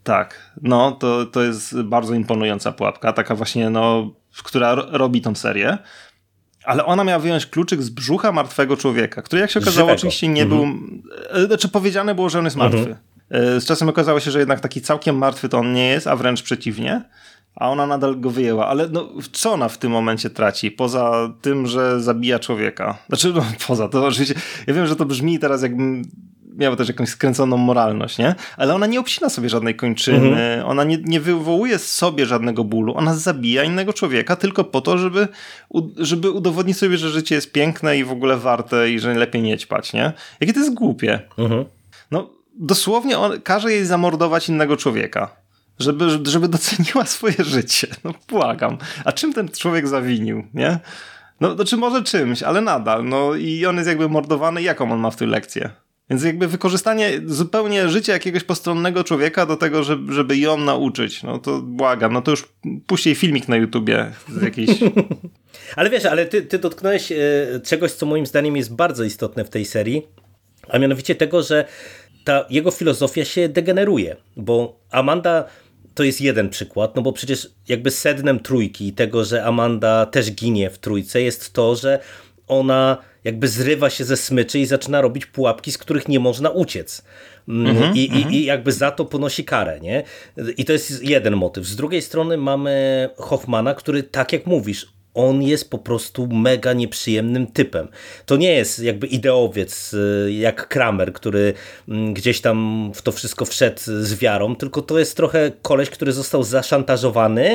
Tak, no to, to jest bardzo imponująca pułapka, taka właśnie, no, która ro- robi tą serię. Ale ona miała wyjąć kluczyk z brzucha martwego człowieka, który jak się okazało Żywego. oczywiście nie mhm. był... Znaczy powiedziane było, że on jest martwy. Mhm. Z czasem okazało się, że jednak taki całkiem martwy to on nie jest, a wręcz przeciwnie. A ona nadal go wyjęła. Ale no, co ona w tym momencie traci? Poza tym, że zabija człowieka. Znaczy, no poza to oczywiście... Ja wiem, że to brzmi teraz jakbym miała też jakąś skręconą moralność, nie? Ale ona nie obcina sobie żadnej kończyny, mhm. ona nie, nie wywołuje sobie żadnego bólu, ona zabija innego człowieka tylko po to, żeby, żeby udowodnić sobie, że życie jest piękne i w ogóle warte i że lepiej nie ćpać, nie? Jakie to jest głupie. Mhm. No, dosłownie on każe jej zamordować innego człowieka, żeby, żeby doceniła swoje życie. No, błagam. A czym ten człowiek zawinił, nie? No, znaczy może czymś, ale nadal. No i on jest jakby mordowany. Jaką on ma w tym lekcję? Więc jakby wykorzystanie zupełnie życia jakiegoś postronnego człowieka do tego, żeby, żeby ją nauczyć, no to błagam, no to już puść jej filmik na YouTubie z jakiejś... Ale wiesz, ale ty, ty dotknąłeś e, czegoś, co moim zdaniem jest bardzo istotne w tej serii, a mianowicie tego, że ta jego filozofia się degeneruje, bo Amanda to jest jeden przykład, no bo przecież jakby sednem trójki i tego, że Amanda też ginie w trójce, jest to, że ona jakby zrywa się ze smyczy i zaczyna robić pułapki, z których nie można uciec. Mm-hmm, I, mm-hmm. I jakby za to ponosi karę, nie? I to jest jeden motyw. Z drugiej strony mamy Hoffmana, który, tak jak mówisz, on jest po prostu mega nieprzyjemnym typem. To nie jest jakby ideowiec jak Kramer, który gdzieś tam w to wszystko wszedł z wiarą, tylko to jest trochę koleś, który został zaszantażowany.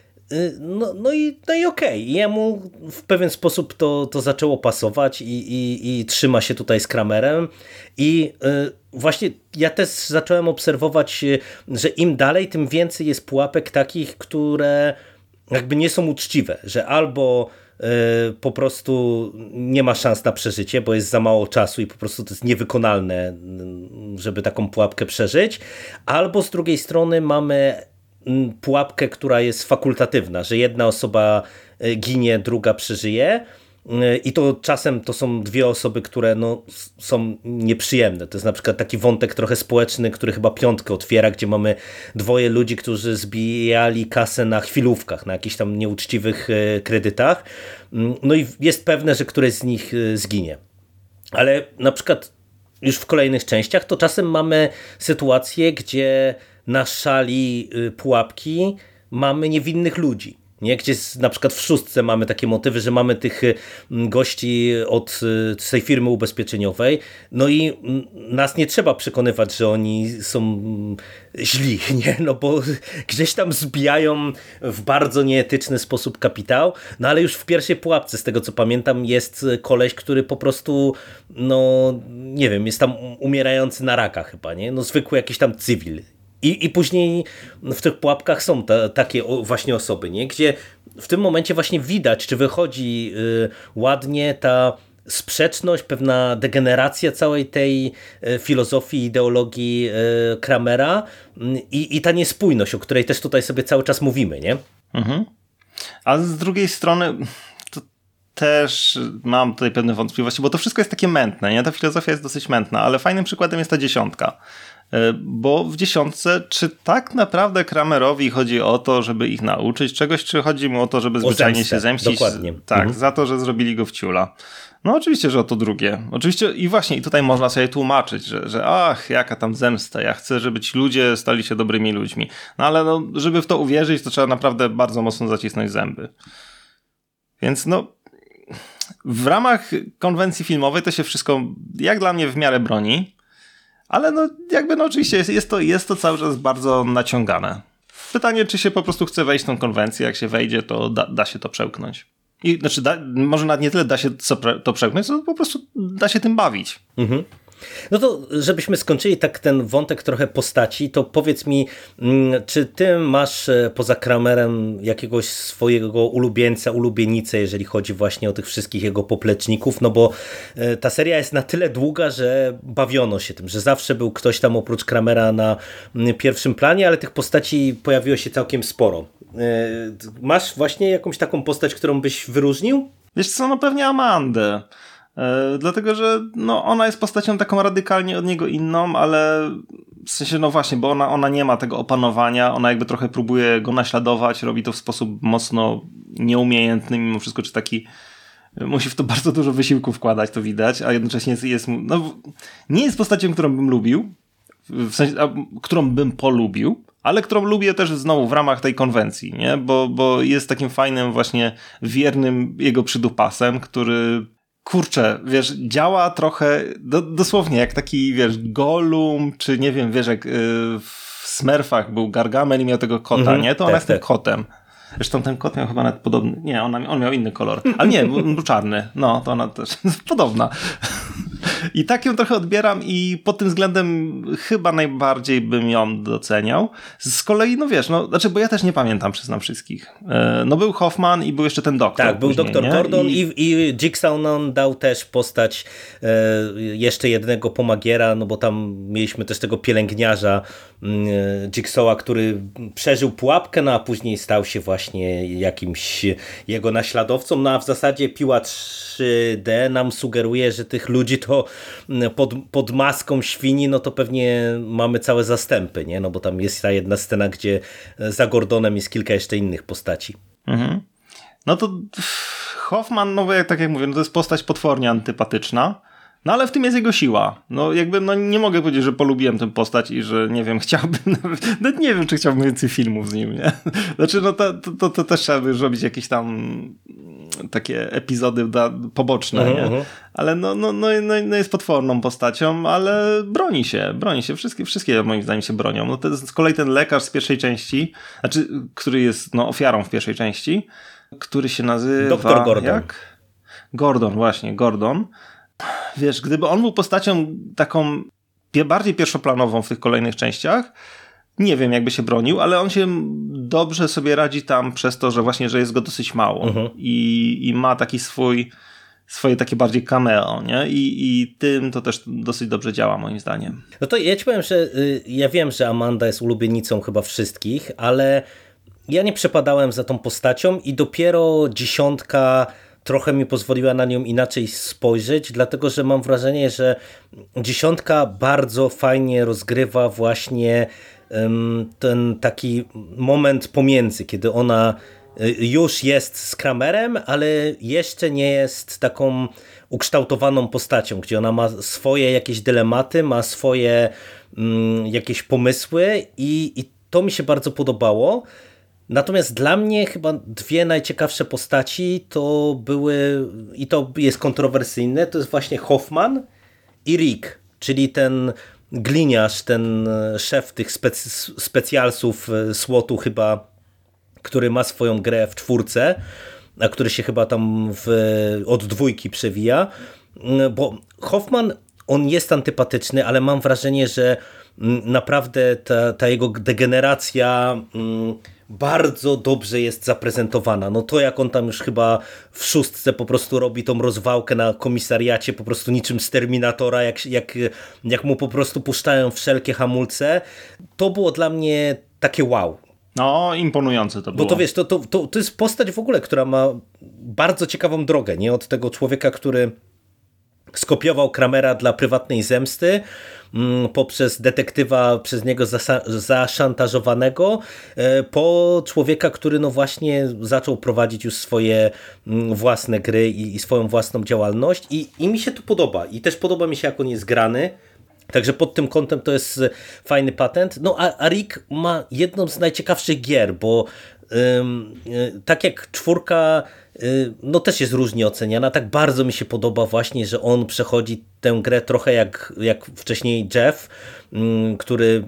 No, no i, no i okej, okay. Jemu w pewien sposób to, to zaczęło pasować i, i, i trzyma się tutaj z Kramerem i y, właśnie ja też zacząłem obserwować, że im dalej, tym więcej jest pułapek takich, które jakby nie są uczciwe, że albo y, po prostu nie ma szans na przeżycie, bo jest za mało czasu i po prostu to jest niewykonalne, żeby taką pułapkę przeżyć, albo z drugiej strony mamy pułapkę, która jest fakultatywna, że jedna osoba ginie, druga przeżyje i to czasem to są dwie osoby, które no, są nieprzyjemne. To jest na przykład taki wątek trochę społeczny, który chyba piątkę otwiera, gdzie mamy dwoje ludzi, którzy zbijali kasę na chwilówkach, na jakichś tam nieuczciwych kredytach. No i jest pewne, że któreś z nich zginie. Ale na przykład już w kolejnych częściach to czasem mamy sytuację, gdzie na szali pułapki mamy niewinnych ludzi. Nie? Gdzie na przykład w szóstce mamy takie motywy, że mamy tych gości od tej firmy ubezpieczeniowej, no i nas nie trzeba przekonywać, że oni są źli, nie? No bo gdzieś tam zbijają w bardzo nieetyczny sposób kapitał, no ale już w pierwszej pułapce, z tego co pamiętam, jest koleś, który po prostu, no nie wiem, jest tam umierający na raka chyba, nie? No zwykły jakiś tam cywil. I, I później w tych pułapkach są ta, takie właśnie osoby, nie? Gdzie w tym momencie właśnie widać, czy wychodzi y, ładnie ta sprzeczność, pewna degeneracja całej tej y, filozofii, ideologii y, Kramera y, i ta niespójność, o której też tutaj sobie cały czas mówimy, nie? Mhm. A z drugiej strony to też mam tutaj pewne wątpliwości, bo to wszystko jest takie mętne, nie? Ta filozofia jest dosyć mętna, ale fajnym przykładem jest ta dziesiątka. Bo w dziesiątce, czy tak naprawdę Kramerowi chodzi o to, żeby ich nauczyć czegoś, czy chodzi mu o to, żeby zwyczajnie się zemścić? Dokładnie. Tak, mhm. za to, że zrobili go w ciula. No oczywiście, że o to drugie. Oczywiście i właśnie i tutaj można sobie tłumaczyć, że, że ach, jaka tam zemsta, ja chcę, żeby ci ludzie stali się dobrymi ludźmi. No ale no, żeby w to uwierzyć, to trzeba naprawdę bardzo mocno zacisnąć zęby. Więc no w ramach konwencji filmowej to się wszystko, jak dla mnie, w miarę broni. Ale no jakby no oczywiście jest, jest, to, jest to cały czas bardzo naciągane. Pytanie, czy się po prostu chce wejść w tą konwencję, jak się wejdzie, to da, da się to przełknąć. I znaczy da, może nawet nie tyle da się to przełknąć, to po prostu da się tym bawić. Mhm. No to żebyśmy skończyli tak ten wątek trochę postaci, to powiedz mi, czy ty masz poza Kramerem jakiegoś swojego ulubieńca, ulubienicę, jeżeli chodzi właśnie o tych wszystkich jego popleczników, no bo ta seria jest na tyle długa, że bawiono się tym, że zawsze był ktoś tam oprócz Kramera na pierwszym planie, ale tych postaci pojawiło się całkiem sporo. Masz właśnie jakąś taką postać, którą byś wyróżnił? Wiesz co, no pewnie Amandę. E, dlatego, że no, ona jest postacią taką radykalnie od niego inną, ale w sensie, no właśnie, bo ona, ona nie ma tego opanowania, ona jakby trochę próbuje go naśladować, robi to w sposób mocno nieumiejętny, mimo wszystko, czy taki musi w to bardzo dużo wysiłku wkładać, to widać, a jednocześnie jest, jest no, nie jest postacią, którą bym lubił, w sensie, a, którą bym polubił, ale którą lubię też znowu w ramach tej konwencji, nie? Bo, bo jest takim fajnym właśnie wiernym jego przydupasem, który kurczę, wiesz, działa trochę do, dosłownie jak taki, wiesz, Gollum, czy nie wiem, wiesz, jak yy, w Smurfach był Gargamel i miał tego kota, mm-hmm, nie? To ona tak, jest tym tak. kotem. Zresztą ten kot miał chyba nawet podobny, nie, on, on miał inny kolor, ale nie, był czarny, no, to ona też podobna. I tak ją trochę odbieram i pod tym względem chyba najbardziej bym ją doceniał. Z kolei, no wiesz, no, znaczy, bo ja też nie pamiętam, przyznam wszystkich. No był Hoffman i był jeszcze ten doktor. Tak, był doktor Gordon i, i, i Jigsaw nam dał też postać e, jeszcze jednego pomagiera, no bo tam mieliśmy też tego pielęgniarza e, Jigsawa, który przeżył pułapkę, no a później stał się właśnie jakimś jego naśladowcą, no a w zasadzie Piła trzy D nam sugeruje, że tych ludzi to pod, pod maską świni, no to pewnie mamy całe zastępy, nie? No bo tam jest ta jedna scena, gdzie za Gordonem jest kilka jeszcze innych postaci. Mhm. No to Hoffman, no jak, tak jak mówię, no to jest postać potwornie antypatyczna, no ale w tym jest jego siła. No jakby, no nie mogę powiedzieć, że polubiłem tę postać i że nie wiem, chciałbym, nawet nie wiem, czy chciałbym więcej filmów z nim, nie? Znaczy, no to, to, to też trzeba by zrobić jakieś tam takie epizody da, poboczne, uh-huh, nie? Uh-huh. Ale no, no, no, no, no jest potworną postacią, ale broni się, broni się. Wszystkie, wszystkie moim zdaniem się bronią. No to jest z kolei ten lekarz z pierwszej części, znaczy, który jest no, ofiarą w pierwszej części, który się nazywa... doktor Gordon. Jak? Gordon, właśnie, Gordon. Wiesz, gdyby on był postacią taką bardziej pierwszoplanową w tych kolejnych częściach, nie wiem, jakby się bronił, ale on się dobrze sobie radzi tam przez to, że właśnie, że jest go dosyć mało uh-huh. I, i ma taki swój, swoje takie bardziej cameo, nie? I, i tym to też dosyć dobrze działa, moim zdaniem. No to ja ci powiem, że y, ja wiem, że Amanda jest ulubienicą chyba wszystkich, ale ja nie przepadałem za tą postacią i dopiero dziesiątka trochę mi pozwoliła na nią inaczej spojrzeć, dlatego że mam wrażenie, że dziesiątka bardzo fajnie rozgrywa właśnie ten taki moment pomiędzy, kiedy ona już jest z Kramerem, ale jeszcze nie jest taką ukształtowaną postacią, gdzie ona ma swoje jakieś dylematy, ma swoje um, jakieś pomysły i, i to mi się bardzo podobało. Natomiast dla mnie chyba dwie najciekawsze postaci to były, i to jest kontrowersyjne, to jest właśnie Hoffman i Rick, czyli ten gliniarz, ten szef tych spec- specjalsów słotu chyba, który ma swoją grę w czwórce, a który się chyba tam w, od dwójki przewija, bo Hoffman, on jest antypatyczny, ale mam wrażenie, że naprawdę ta, ta jego degeneracja bardzo dobrze jest zaprezentowana. No to jak on tam już chyba w szóstce po prostu robi tą rozwałkę na komisariacie po prostu niczym z Terminatora, jak, jak, jak mu po prostu puszczają wszelkie hamulce, to było dla mnie takie wow. No, imponujące to było. Bo to wiesz, to, to, to, to jest postać w ogóle, która ma bardzo ciekawą drogę, nie? Od tego człowieka, który skopiował Kramera dla prywatnej zemsty, poprzez detektywa przez niego zasa- zaszantażowanego, po człowieka, który no właśnie zaczął prowadzić już swoje własne gry i, i swoją własną działalność i, i mi się to podoba. I też podoba mi się, jak on jest grany. Także pod tym kątem to jest fajny patent. No a, a Rick ma jedną z najciekawszych gier, bo ym, y, tak jak czwórka y, no też jest różnie oceniana, tak bardzo mi się podoba właśnie, że on przechodzi tę grę trochę jak, jak wcześniej Jeff, y, który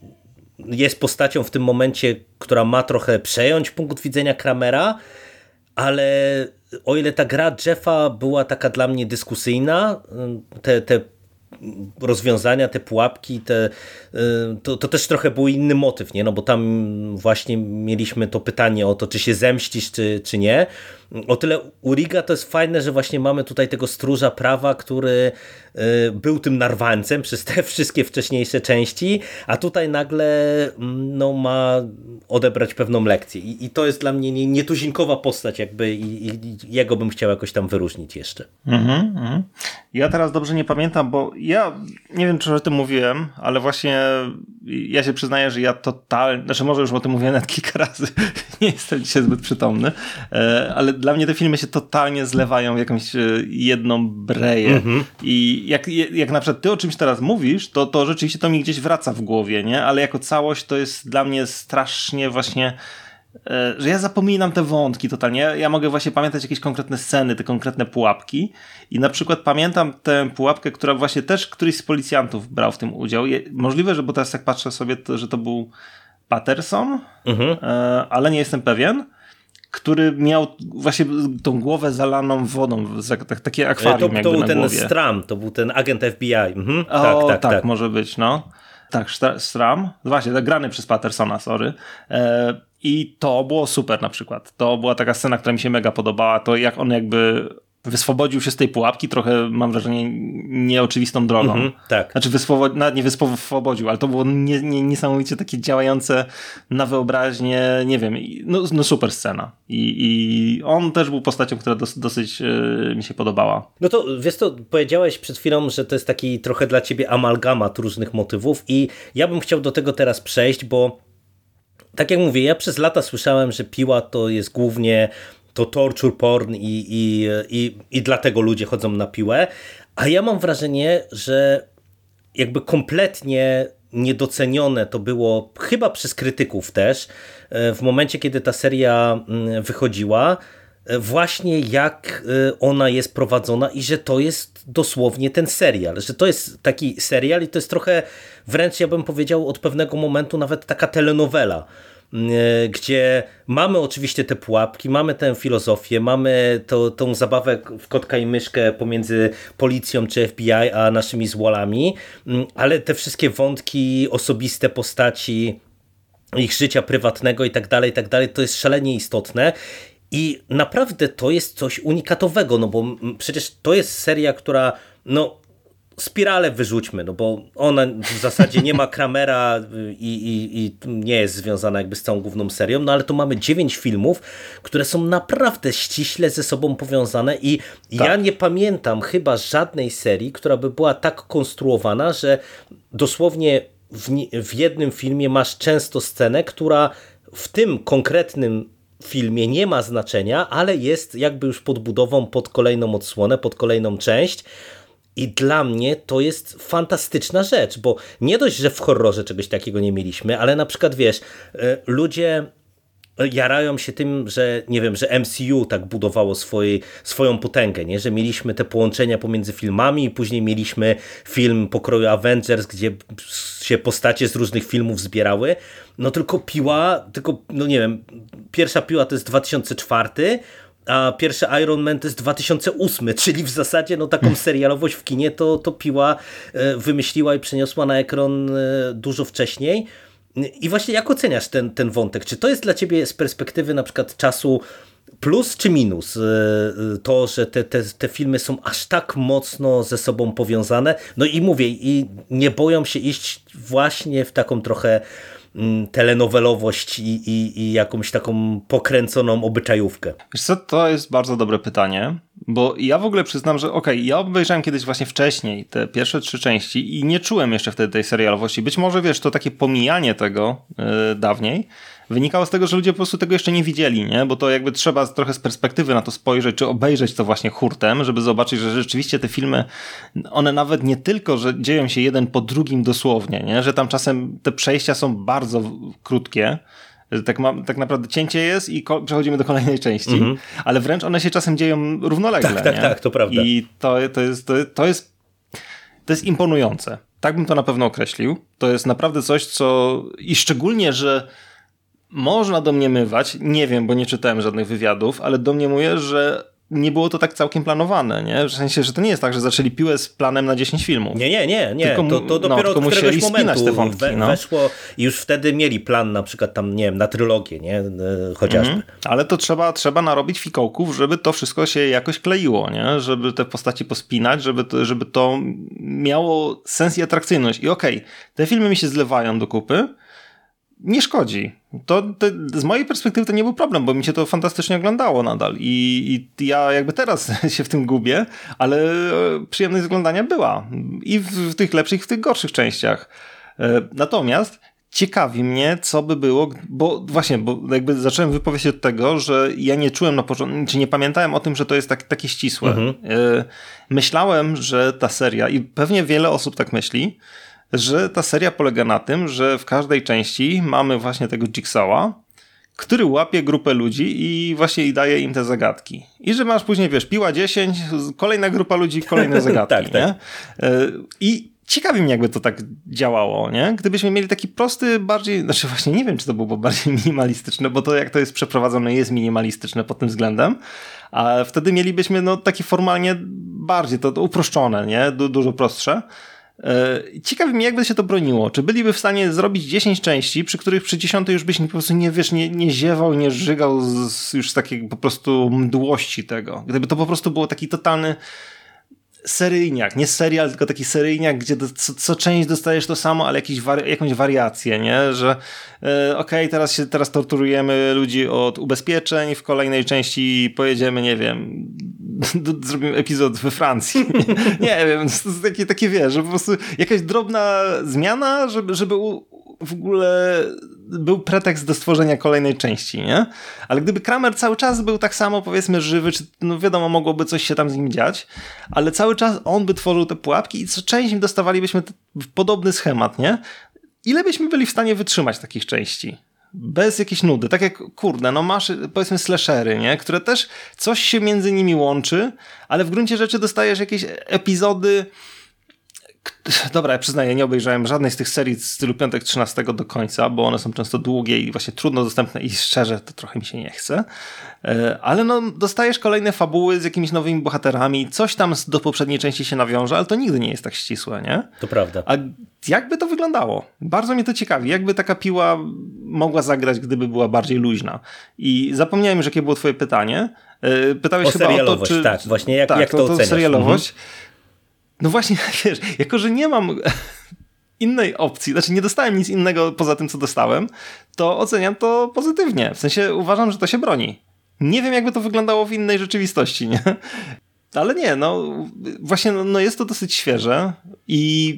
jest postacią w tym momencie, która ma trochę przejąć punkt widzenia Kramera, ale o ile ta gra Jeffa była taka dla mnie dyskusyjna, te, te rozwiązania, te pułapki, te, to, to też trochę był inny motyw, nie? No bo tam właśnie mieliśmy to pytanie o to, czy się zemścisz, czy, czy nie. o tyle u Rigga to jest fajne, że właśnie mamy tutaj tego stróża prawa, który był tym narwańcem przez te wszystkie wcześniejsze części, a tutaj nagle no, ma odebrać pewną lekcję. I, i to jest dla mnie nietuzinkowa postać jakby i, i jego bym chciał jakoś tam wyróżnić jeszcze. Mhm, mhm. Ja teraz dobrze nie pamiętam, bo ja nie wiem, czy o tym mówiłem, ale właśnie ja się przyznaję, że ja totalnie, znaczy może już o tym mówiłem nawet kilka razy, nie jestem dzisiaj zbyt przytomny, ale dla mnie te filmy się totalnie zlewają w jakąś jedną breję. Mhm. I jak, jak na przykład ty o czymś teraz mówisz, to, to rzeczywiście to mi gdzieś wraca w głowie, nie? Ale jako całość to jest dla mnie strasznie właśnie, że ja zapominam te wątki totalnie. Ja, ja mogę właśnie pamiętać jakieś konkretne sceny, te konkretne pułapki i na przykład pamiętam tę pułapkę, która właśnie też któryś z policjantów brał w tym udział. Je, możliwe, że bo teraz jak patrzę sobie, to, że to był Patterson, mhm. ale nie jestem pewien, który miał właśnie tą głowę zalaną wodą, takie akwarium to, jakby to był na ten głowie. Stram, to był ten agent F B I. Mhm. O, tak, tak, tak, tak. może być, no. Tak, Stram, właśnie, tak, grany przez Pattersona, sorry. E, I to było super na przykład. To była taka scena, która mi się mega podobała, to jak on jakby wyswobodził się z tej pułapki, trochę mam wrażenie nieoczywistą drogą. Mm-hmm, tak. Znaczy wyswobo- nawet nie wyswobodził, ale to było nie, nie, niesamowicie takie działające na wyobraźnię, nie wiem, no, no super scena. I, I on też był postacią, która dos, dosyć yy, mi się podobała. No to wiesz to, powiedziałeś przed chwilą, że to jest taki trochę dla ciebie amalgamat różnych motywów i ja bym chciał do tego teraz przejść, bo tak jak mówię, ja przez lata słyszałem, że Piła to jest głównie to torture porn i, i, i, i dlatego ludzie chodzą na piłę, a ja mam wrażenie, że jakby kompletnie niedocenione to było chyba przez krytyków też w momencie, kiedy ta seria wychodziła, właśnie jak ona jest prowadzona i że to jest dosłownie ten serial, że to jest taki serial i to jest trochę wręcz, ja bym powiedział, od pewnego momentu nawet taka telenowela, gdzie mamy oczywiście te pułapki, mamy tę filozofię, mamy to, tą zabawę w kotka i myszkę pomiędzy policją czy F B I a naszymi złolami, ale te wszystkie wątki, osobiste postaci, ich życia prywatnego i tak dalej, i tak dalej, to jest szalenie istotne. I naprawdę to jest coś unikatowego, no bo przecież to jest seria, która no Spiralę wyrzućmy, no bo ona w zasadzie nie ma Kramera i, i, i nie jest związana jakby z całą główną serią, no ale tu mamy dziewięć filmów, które są naprawdę ściśle ze sobą powiązane i tak. Ja nie pamiętam chyba żadnej serii, która by była tak konstruowana, że dosłownie w, w jednym filmie masz często scenę, która w tym konkretnym filmie nie ma znaczenia, ale jest jakby już podbudową pod kolejną odsłonę, pod kolejną część. I dla mnie to jest fantastyczna rzecz, bo nie dość, że w horrorze czegoś takiego nie mieliśmy, ale na przykład wiesz, ludzie jarają się tym, że nie wiem, że M C U tak budowało swojej, swoją potęgę, nie? Że mieliśmy te połączenia pomiędzy filmami i później mieliśmy film pokroju Avengers, gdzie się postacie z różnych filmów zbierały, no tylko Piła, tylko no nie wiem, pierwsza Piła to jest dwa tysiące czwarty, a pierwszy Iron Man to jest dwa tysiące ósmy, czyli w zasadzie no taką serialowość w kinie to, to Piła wymyśliła i przeniosła na ekran dużo wcześniej. I właśnie jak oceniasz ten, ten wątek? Czy to jest dla ciebie z perspektywy na przykład czasu plus czy minus to, że te, te, te filmy są aż tak mocno ze sobą powiązane? No i mówię, i nie boją się iść właśnie w taką trochę telenowelowość i, i, i jakąś taką pokręconą obyczajówkę? Wiesz co, to jest bardzo dobre pytanie, bo ja w ogóle przyznam, że okej, okay, ja obejrzałem kiedyś właśnie wcześniej te pierwsze trzy części i nie czułem jeszcze wtedy tej serialowości. Być może, wiesz, to takie pomijanie tego yy, dawniej wynikało z tego, że ludzie po prostu tego jeszcze nie widzieli, nie? Bo to jakby trzeba trochę z perspektywy na to spojrzeć, czy obejrzeć to właśnie hurtem, żeby zobaczyć, że rzeczywiście te filmy, one nawet nie tylko, że dzieją się jeden po drugim dosłownie, nie? Że tam czasem te przejścia są bardzo krótkie, że tak, ma, tak naprawdę cięcie jest i ko- przechodzimy do kolejnej części, mm-hmm. ale wręcz one się czasem dzieją równolegle. Tak, tak, nie? tak, to prawda. I to, to, jest, to, to, jest, to jest imponujące. Tak bym to na pewno określił. To jest naprawdę coś, co i szczególnie, że można domniemywać, nie wiem, bo nie czytałem żadnych wywiadów, ale domniemuję, że nie było to tak całkiem planowane, nie? W sensie, że to nie jest tak, że zaczęli Piłę z planem na dziesięć filmów. Nie, nie, nie, nie. Tylko, to, to dopiero no, od któregoś momentu te wątki, we, no. weszło i już wtedy mieli plan na przykład tam, nie wiem, na trylogię, nie? Chociażby. Mhm. Ale to trzeba, trzeba narobić fikołków, żeby to wszystko się jakoś kleiło, nie? Żeby te postaci pospinać, żeby to, żeby to miało sens i atrakcyjność. I okej, okay, te filmy mi się zlewają do kupy, nie szkodzi. To, to z mojej perspektywy to nie był problem, bo mi się to fantastycznie oglądało nadal i, i ja jakby teraz się w tym gubię, ale przyjemność oglądania była i w, w tych lepszych, w tych gorszych częściach. Natomiast ciekawi mnie, co by było, bo właśnie, bo jakby zacząłem wypowiedź od tego, że ja nie czułem na początku, czy nie pamiętałem o tym, że to jest tak, takie ścisłe. Mhm. Myślałem, że ta seria, i pewnie wiele osób tak myśli, że ta seria polega na tym, że w każdej części mamy właśnie tego Jigsawa, który łapie grupę ludzi i właśnie i daje im te zagadki. I że masz później, wiesz, Piła dziesięć, kolejna grupa ludzi, kolejne zagadki, tak, nie? Tak. I ciekawi mnie, jakby to tak działało, nie? Gdybyśmy mieli taki prosty, bardziej, znaczy właśnie nie wiem, czy to byłoby bardziej minimalistyczne, bo to jak to jest przeprowadzone jest minimalistyczne pod tym względem, a wtedy mielibyśmy no takie formalnie bardziej to, to uproszczone, nie? Du- dużo prostsze. Ciekawi mnie, jakby się to broniło. Czy byliby w stanie zrobić dziesięć części, przy których przy dziesiątej już byś po prostu nie, wiesz, nie, nie ziewał, nie żygał z, już z takiej po prostu mdłości tego. Gdyby to po prostu było taki totalny seryjniak, nie serial, tylko taki seryjniak, gdzie do, co, co część dostajesz to samo, ale jakiś wari- jakąś wariację, nie? Że e, okej, okay, teraz się teraz torturujemy ludzi od ubezpieczeń, w kolejnej części pojedziemy, nie wiem, zrobimy epizod we Francji. Nie wiem, to jest takie, takie wiesz, że po prostu jakaś drobna zmiana, żeby, żeby u, w ogóle był pretekst do stworzenia kolejnej części, nie? Ale gdyby Kramer cały czas był tak samo, powiedzmy, żywy, czy no wiadomo, mogłoby coś się tam z nim dziać, ale cały czas on by tworzył te pułapki i co część dostawalibyśmy podobny schemat, nie? Ile byśmy byli w stanie wytrzymać takich części? Bez jakiejś nudy. Tak jak, kurde, no masz, powiedzmy, slashery, nie? Które też coś się między nimi łączy, ale w gruncie rzeczy dostajesz jakieś epizody. Dobra, ja przyznaję, nie obejrzałem żadnej z tych serii z stylu Piątek trzynastego do końca, bo one są często długie i właśnie trudno dostępne i szczerze to trochę mi się nie chce. Ale no dostajesz kolejne fabuły z jakimiś nowymi bohaterami, coś tam do poprzedniej części się nawiąże, ale to nigdy nie jest tak ścisłe, nie? To prawda. A jakby to wyglądało? Bardzo mnie to ciekawi. Jakby taka Piła mogła zagrać, gdyby była bardziej luźna? I zapomniałem już, jakie było twoje pytanie. Pytałeś o chyba o to, czy... tak. Właśnie jak, tak, jak to, to, to oceniasz? Serialowość. Mhm. No właśnie, wiesz, jako że nie mam innej opcji, znaczy nie dostałem nic innego poza tym, co dostałem, to oceniam to pozytywnie. W sensie uważam, że to się broni. Nie wiem, jakby to wyglądało w innej rzeczywistości, nie? Ale nie, no właśnie no, no jest to dosyć świeże i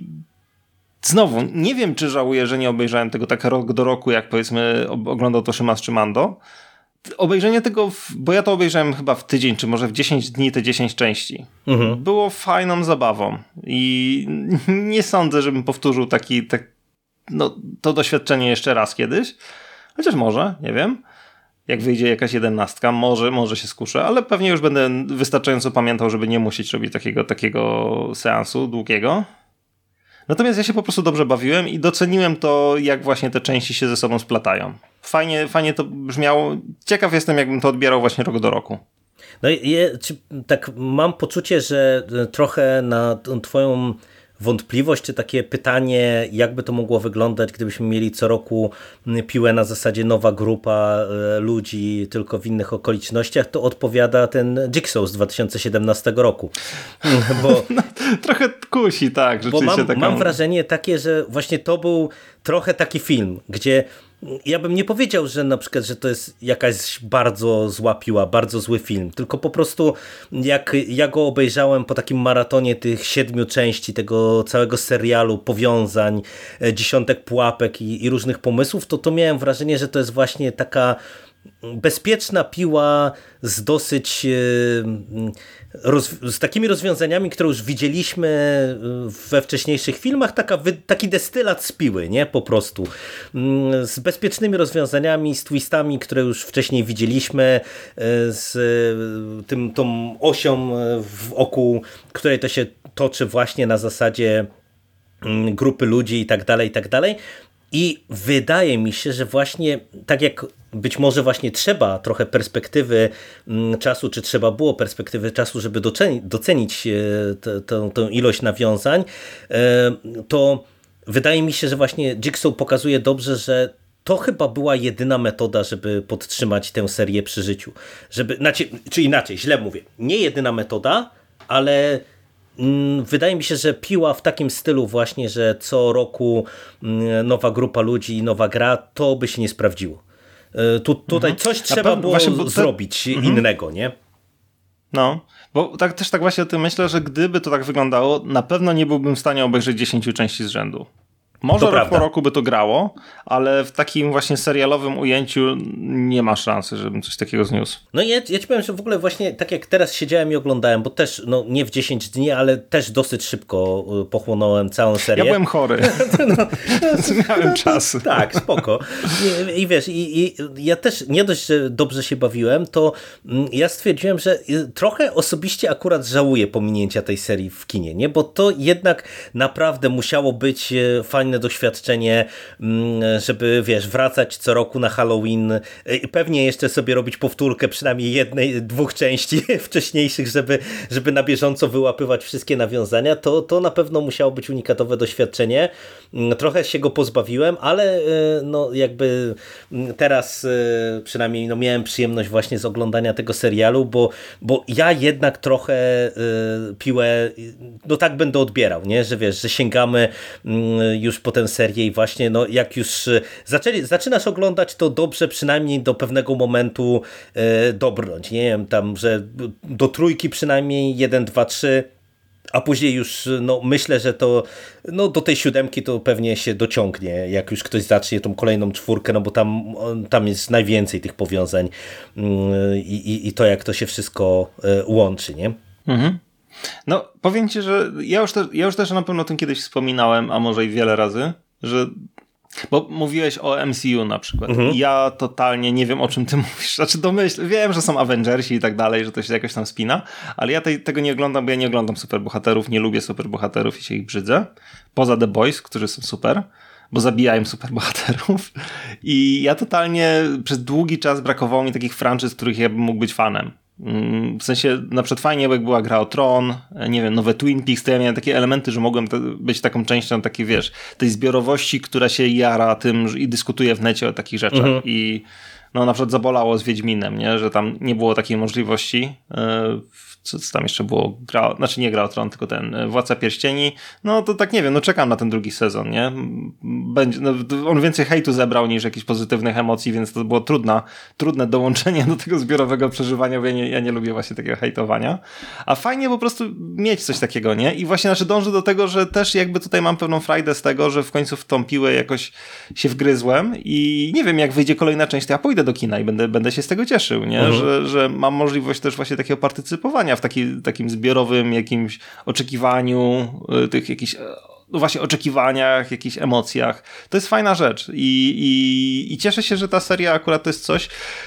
znowu, nie wiem, czy żałuję, że nie obejrzałem tego tak rok do roku, jak powiedzmy oglądał to Szymas czy Mando. Obejrzenie tego, w, bo ja to obejrzałem chyba w tydzień, czy może w dziesięć dni, te dziesięć części. Mhm. Było fajną zabawą i nie sądzę, żebym powtórzył taki, tak, no, to doświadczenie jeszcze raz kiedyś. Chociaż może, nie wiem. Jak wyjdzie jakaś jedenastka, może, może się skuszę, ale pewnie już będę wystarczająco pamiętał, żeby nie musieć robić takiego, takiego seansu długiego. Natomiast ja się po prostu dobrze bawiłem i doceniłem to, jak właśnie te części się ze sobą splatają. Fajnie, fajnie to brzmiało. Ciekaw jestem, jakbym to odbierał właśnie rok do roku. No i je, czy, tak mam poczucie, że trochę na twoją wątpliwość, czy takie pytanie, jakby to mogło wyglądać, gdybyśmy mieli co roku Piłę na zasadzie nowa grupa ludzi, tylko w innych okolicznościach, to odpowiada ten Jigsaw z dwa tysiące siedemnastego roku. Bo, no, trochę kusi, tak. Bo mam, taka... mam wrażenie takie, że właśnie to był trochę taki film, gdzie ja bym nie powiedział, że na przykład, że to jest jakaś bardzo zła Piła, bardzo zły film, tylko po prostu jak ja go obejrzałem po takim maratonie tych siedmiu części, tego całego serialu, powiązań, dziesiątek pułapek i, i różnych pomysłów, to to miałem wrażenie, że to jest właśnie taka bezpieczna Piła z dosyć roz, z takimi rozwiązaniami, które już widzieliśmy we wcześniejszych filmach, taka, taki destylat z Piły, nie? Po prostu. Z bezpiecznymi rozwiązaniami, z twistami, które już wcześniej widzieliśmy, z tym, tą osią wokół której to się toczy właśnie na zasadzie grupy ludzi i tak dalej, i tak dalej. I wydaje mi się, że właśnie tak jak być może właśnie trzeba trochę perspektywy czasu, czy trzeba było perspektywy czasu, żeby docenić tę ilość nawiązań, to wydaje mi się, że właśnie Jigsaw pokazuje dobrze, że to chyba była jedyna metoda, żeby podtrzymać tę serię przy życiu. Żeby, znaczy, czy inaczej, źle mówię, nie jedyna metoda, ale wydaje mi się, że Piła w takim stylu właśnie, że co roku nowa grupa ludzi i nowa gra, to by się nie sprawdziło. Tu, tutaj mhm. coś trzeba było właśnie, te... zrobić mhm. innego, nie? No, bo tak, też tak właśnie o tym myślę, że gdyby to tak wyglądało, na pewno nie byłbym w stanie obejrzeć dziesięciu części z rzędu. Może rok po roku by to grało, ale w takim właśnie serialowym ujęciu nie ma szansy, żebym coś takiego zniósł. No i ja, ja ci powiem, że w ogóle właśnie tak jak teraz siedziałem i oglądałem, bo też no nie w dziesięć dni, ale też dosyć szybko pochłonąłem całą serię. Ja byłem chory. no, no, miałem czas. Tak, spoko. I, i wiesz, i, i ja też nie dość, że dobrze się bawiłem, to ja stwierdziłem, że trochę osobiście akurat żałuję pominięcia tej serii w kinie, nie? Bo to jednak naprawdę musiało być fajne doświadczenie, żeby wiesz, wracać co roku na Halloween i pewnie jeszcze sobie robić powtórkę przynajmniej jednej, dwóch części wcześniejszych, żeby, żeby na bieżąco wyłapywać wszystkie nawiązania, to, to na pewno musiało być unikatowe doświadczenie. Trochę się go pozbawiłem, ale no jakby teraz przynajmniej no miałem przyjemność właśnie z oglądania tego serialu, bo, bo ja jednak trochę Piłę no tak będę odbierał, nie? Że wiesz, że sięgamy już po tę serię i właśnie no jak już zaczęli, zaczynasz oglądać, to dobrze przynajmniej do pewnego momentu e, dobrnąć. Nie wiem, tam, że do trójki przynajmniej jeden, dwa, trzy, a później już no myślę, że to no do tej siódemki to pewnie się dociągnie, jak już ktoś zacznie tą kolejną czwórkę, no bo tam, tam jest najwięcej tych powiązań i, i, i to jak to się wszystko łączy, nie? Mhm. No, powiem ci, że ja już, te, ja już też na pewno o tym kiedyś wspominałem, a może i wiele razy, że bo mówiłeś o M C U na przykład. Mhm. Ja totalnie nie wiem, o czym ty mówisz. Znaczy domyśl, wiem, że są Avengersi i tak dalej, że to się jakoś tam spina, ale ja tej, tego nie oglądam, bo ja nie oglądam superbohaterów, nie lubię superbohaterów i się ich brzydzę. Poza The Boys, którzy są super, bo zabijają superbohaterów. I ja totalnie przez długi czas brakowało mi takich franczyz, których ja bym mógł być fanem. W sensie, na przykład fajnie, jak była gra o Tron, nie wiem, nowe Twin Peaks, to ja miałem takie elementy, że mogłem te, być taką częścią takiej, wiesz, tej zbiorowości, która się jara tym i dyskutuje w necie o takich rzeczach. Mhm. I no na przykład zabolało z Wiedźminem, nie? Że tam nie było takiej możliwości. Yy, co, co tam jeszcze było? Gra, znaczy nie Gra o Tron, tylko ten Władca Pierścieni. No to tak nie wiem, no czekam na ten drugi sezon, nie? Będzie, no, on więcej hejtu zebrał niż jakichś pozytywnych emocji, więc to było trudne, trudne dołączenie do tego zbiorowego przeżywania, bo ja nie, ja nie lubię właśnie takiego hejtowania. A fajnie po prostu mieć coś takiego, nie? I właśnie znaczy dążę do tego, że też jakby tutaj mam pewną frajdę z tego, że w końcu w tą piłę jakoś się wgryzłem i nie wiem, jak wyjdzie kolejna część, to ja pójdę do kina i będę, będę się z tego cieszył, nie? Mhm. Że, że mam możliwość też właśnie takiego partycypowania w taki, takim zbiorowym jakimś oczekiwaniu, tych jakichś no właśnie oczekiwaniach, jakichś emocjach. To jest fajna rzecz I, i, i cieszę się, że ta seria akurat to jest coś,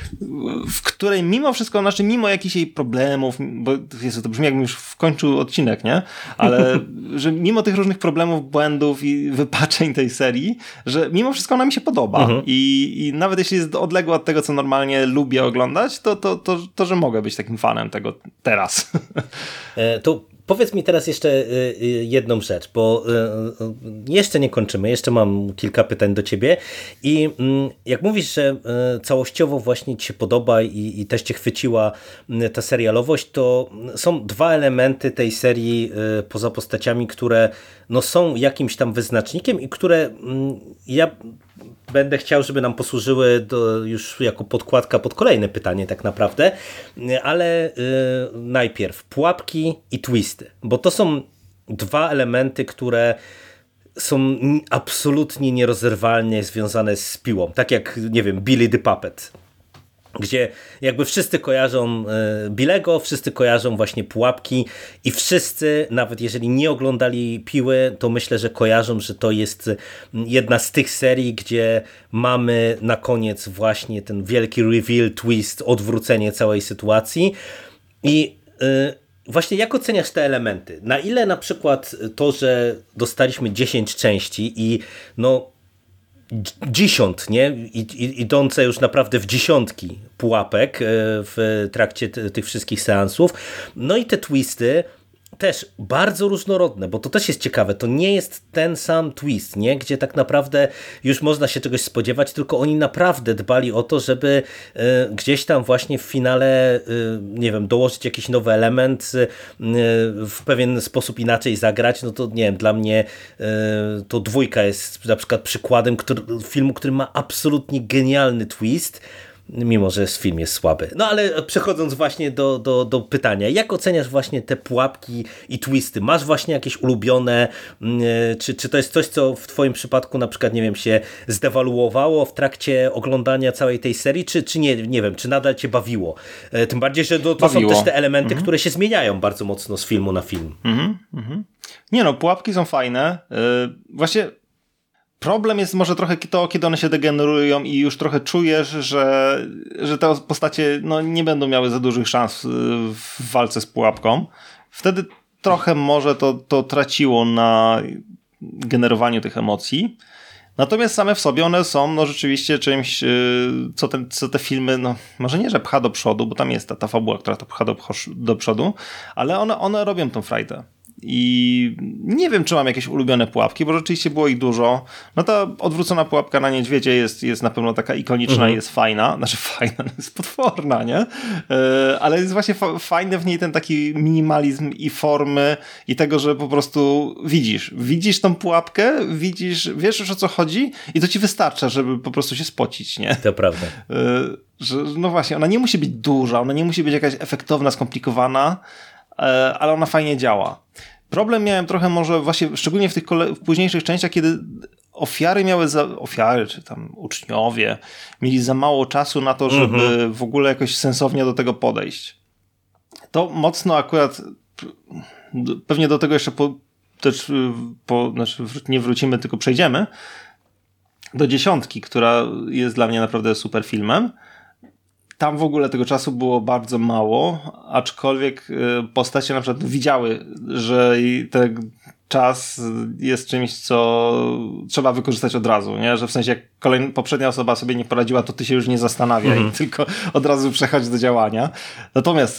w której mimo wszystko, znaczy mimo jakichś jej problemów, bo Jezu, to brzmi jakbym już wkończył odcinek, nie? Ale że mimo tych różnych problemów, błędów i wypaczeń tej serii, że mimo wszystko ona mi się podoba mhm. I, i nawet jeśli jest odległa od tego, co normalnie lubię oglądać, to, to, to, to że mogę być takim fanem tego teraz. E, to powiedz mi teraz jeszcze jedną rzecz, bo jeszcze nie kończymy, jeszcze mam kilka pytań do ciebie i jak mówisz, że całościowo właśnie ci się podoba i, i też cię chwyciła ta serialowość, to są dwa elementy tej serii poza postaciami, które no są jakimś tam wyznacznikiem i które ja będę chciał, żeby nam posłużyły do, już jako podkładka pod kolejne pytanie tak naprawdę, ale yy, najpierw pułapki i twisty, bo to są dwa elementy, które są absolutnie nierozerwalnie związane z piłą, tak jak, nie wiem, Billy the Puppet, gdzie jakby wszyscy kojarzą Billego, wszyscy kojarzą właśnie pułapki i wszyscy, nawet jeżeli nie oglądali Piły, to myślę, że kojarzą, że to jest jedna z tych serii, gdzie mamy na koniec właśnie ten wielki reveal, twist, odwrócenie całej sytuacji. I właśnie jak oceniasz te elementy? Na ile na przykład to, że dostaliśmy dziesięć części i no dziesiąt, nie? I, i, idące już naprawdę w dziesiątki pułapek w trakcie t- tych wszystkich seansów. No i te twisty też bardzo różnorodne, bo to też jest ciekawe. To nie jest ten sam twist, nie? Gdzie tak naprawdę już można się czegoś spodziewać, tylko oni naprawdę dbali o to, żeby y, gdzieś tam właśnie w finale, y, nie wiem, dołożyć jakiś nowy element, y, w pewien sposób inaczej zagrać. No to nie wiem, dla mnie y, to dwójka jest na przykład przykładem który, filmu, który ma absolutnie genialny twist, mimo że film jest słaby. No ale przechodząc właśnie do, do, do pytania, jak oceniasz właśnie te pułapki i twisty? Masz właśnie jakieś ulubione, czy, czy to jest coś, co w twoim przypadku na przykład, nie wiem, się zdewaluowało w trakcie oglądania całej tej serii, czy, czy nie, nie wiem, czy nadal cię bawiło? Tym bardziej, że to, to są też te elementy, mhm. które się zmieniają bardzo mocno z filmu na film. Mhm, mhm. Nie no, pułapki są fajne. Yy, właśnie problem jest może trochę to, kiedy one się degenerują i już trochę czujesz, że, że te postacie no, nie będą miały za dużych szans w walce z pułapką. Wtedy trochę może to, to traciło na generowaniu tych emocji. Natomiast same w sobie one są no, rzeczywiście czymś, co, ten, co te filmy, no może nie, że pcha do przodu, bo tam jest ta, ta fabuła, która to pcha do, do przodu, ale one, one robią tą frajdę. I nie wiem, czy mam jakieś ulubione pułapki, bo rzeczywiście było ich dużo. No ta odwrócona pułapka na niedźwiedzie jest, jest na pewno taka ikoniczna mhm. i jest fajna. Znaczy fajna, jest potworna, nie? Yy, ale jest właśnie fa- fajny w niej ten taki minimalizm i formy i tego, że po prostu widzisz. Widzisz tą pułapkę, widzisz, wiesz już o co chodzi i to ci wystarcza, żeby po prostu się spocić, nie? To prawda. Yy, że, no właśnie, ona nie musi być duża, ona nie musi być jakaś efektowna, skomplikowana, ale ona fajnie działa. Problem miałem trochę może właśnie, szczególnie w tych kole- w późniejszych częściach, kiedy ofiary miały za, ofiary, czy tam uczniowie mieli za mało czasu na to, żeby mm-hmm. w ogóle jakoś sensownie do tego podejść. To mocno akurat pewnie do tego jeszcze po, też po, znaczy nie wrócimy, tylko przejdziemy do dziesiątki, która jest dla mnie naprawdę super filmem. Tam w ogóle tego czasu było bardzo mało, aczkolwiek postacie na przykład widziały, że ten czas jest czymś, co trzeba wykorzystać od razu, nie? Że w sensie jak kolejna, poprzednia osoba sobie nie poradziła, to ty się już nie zastanawiaj, mhm. tylko od razu przechodź do działania. Natomiast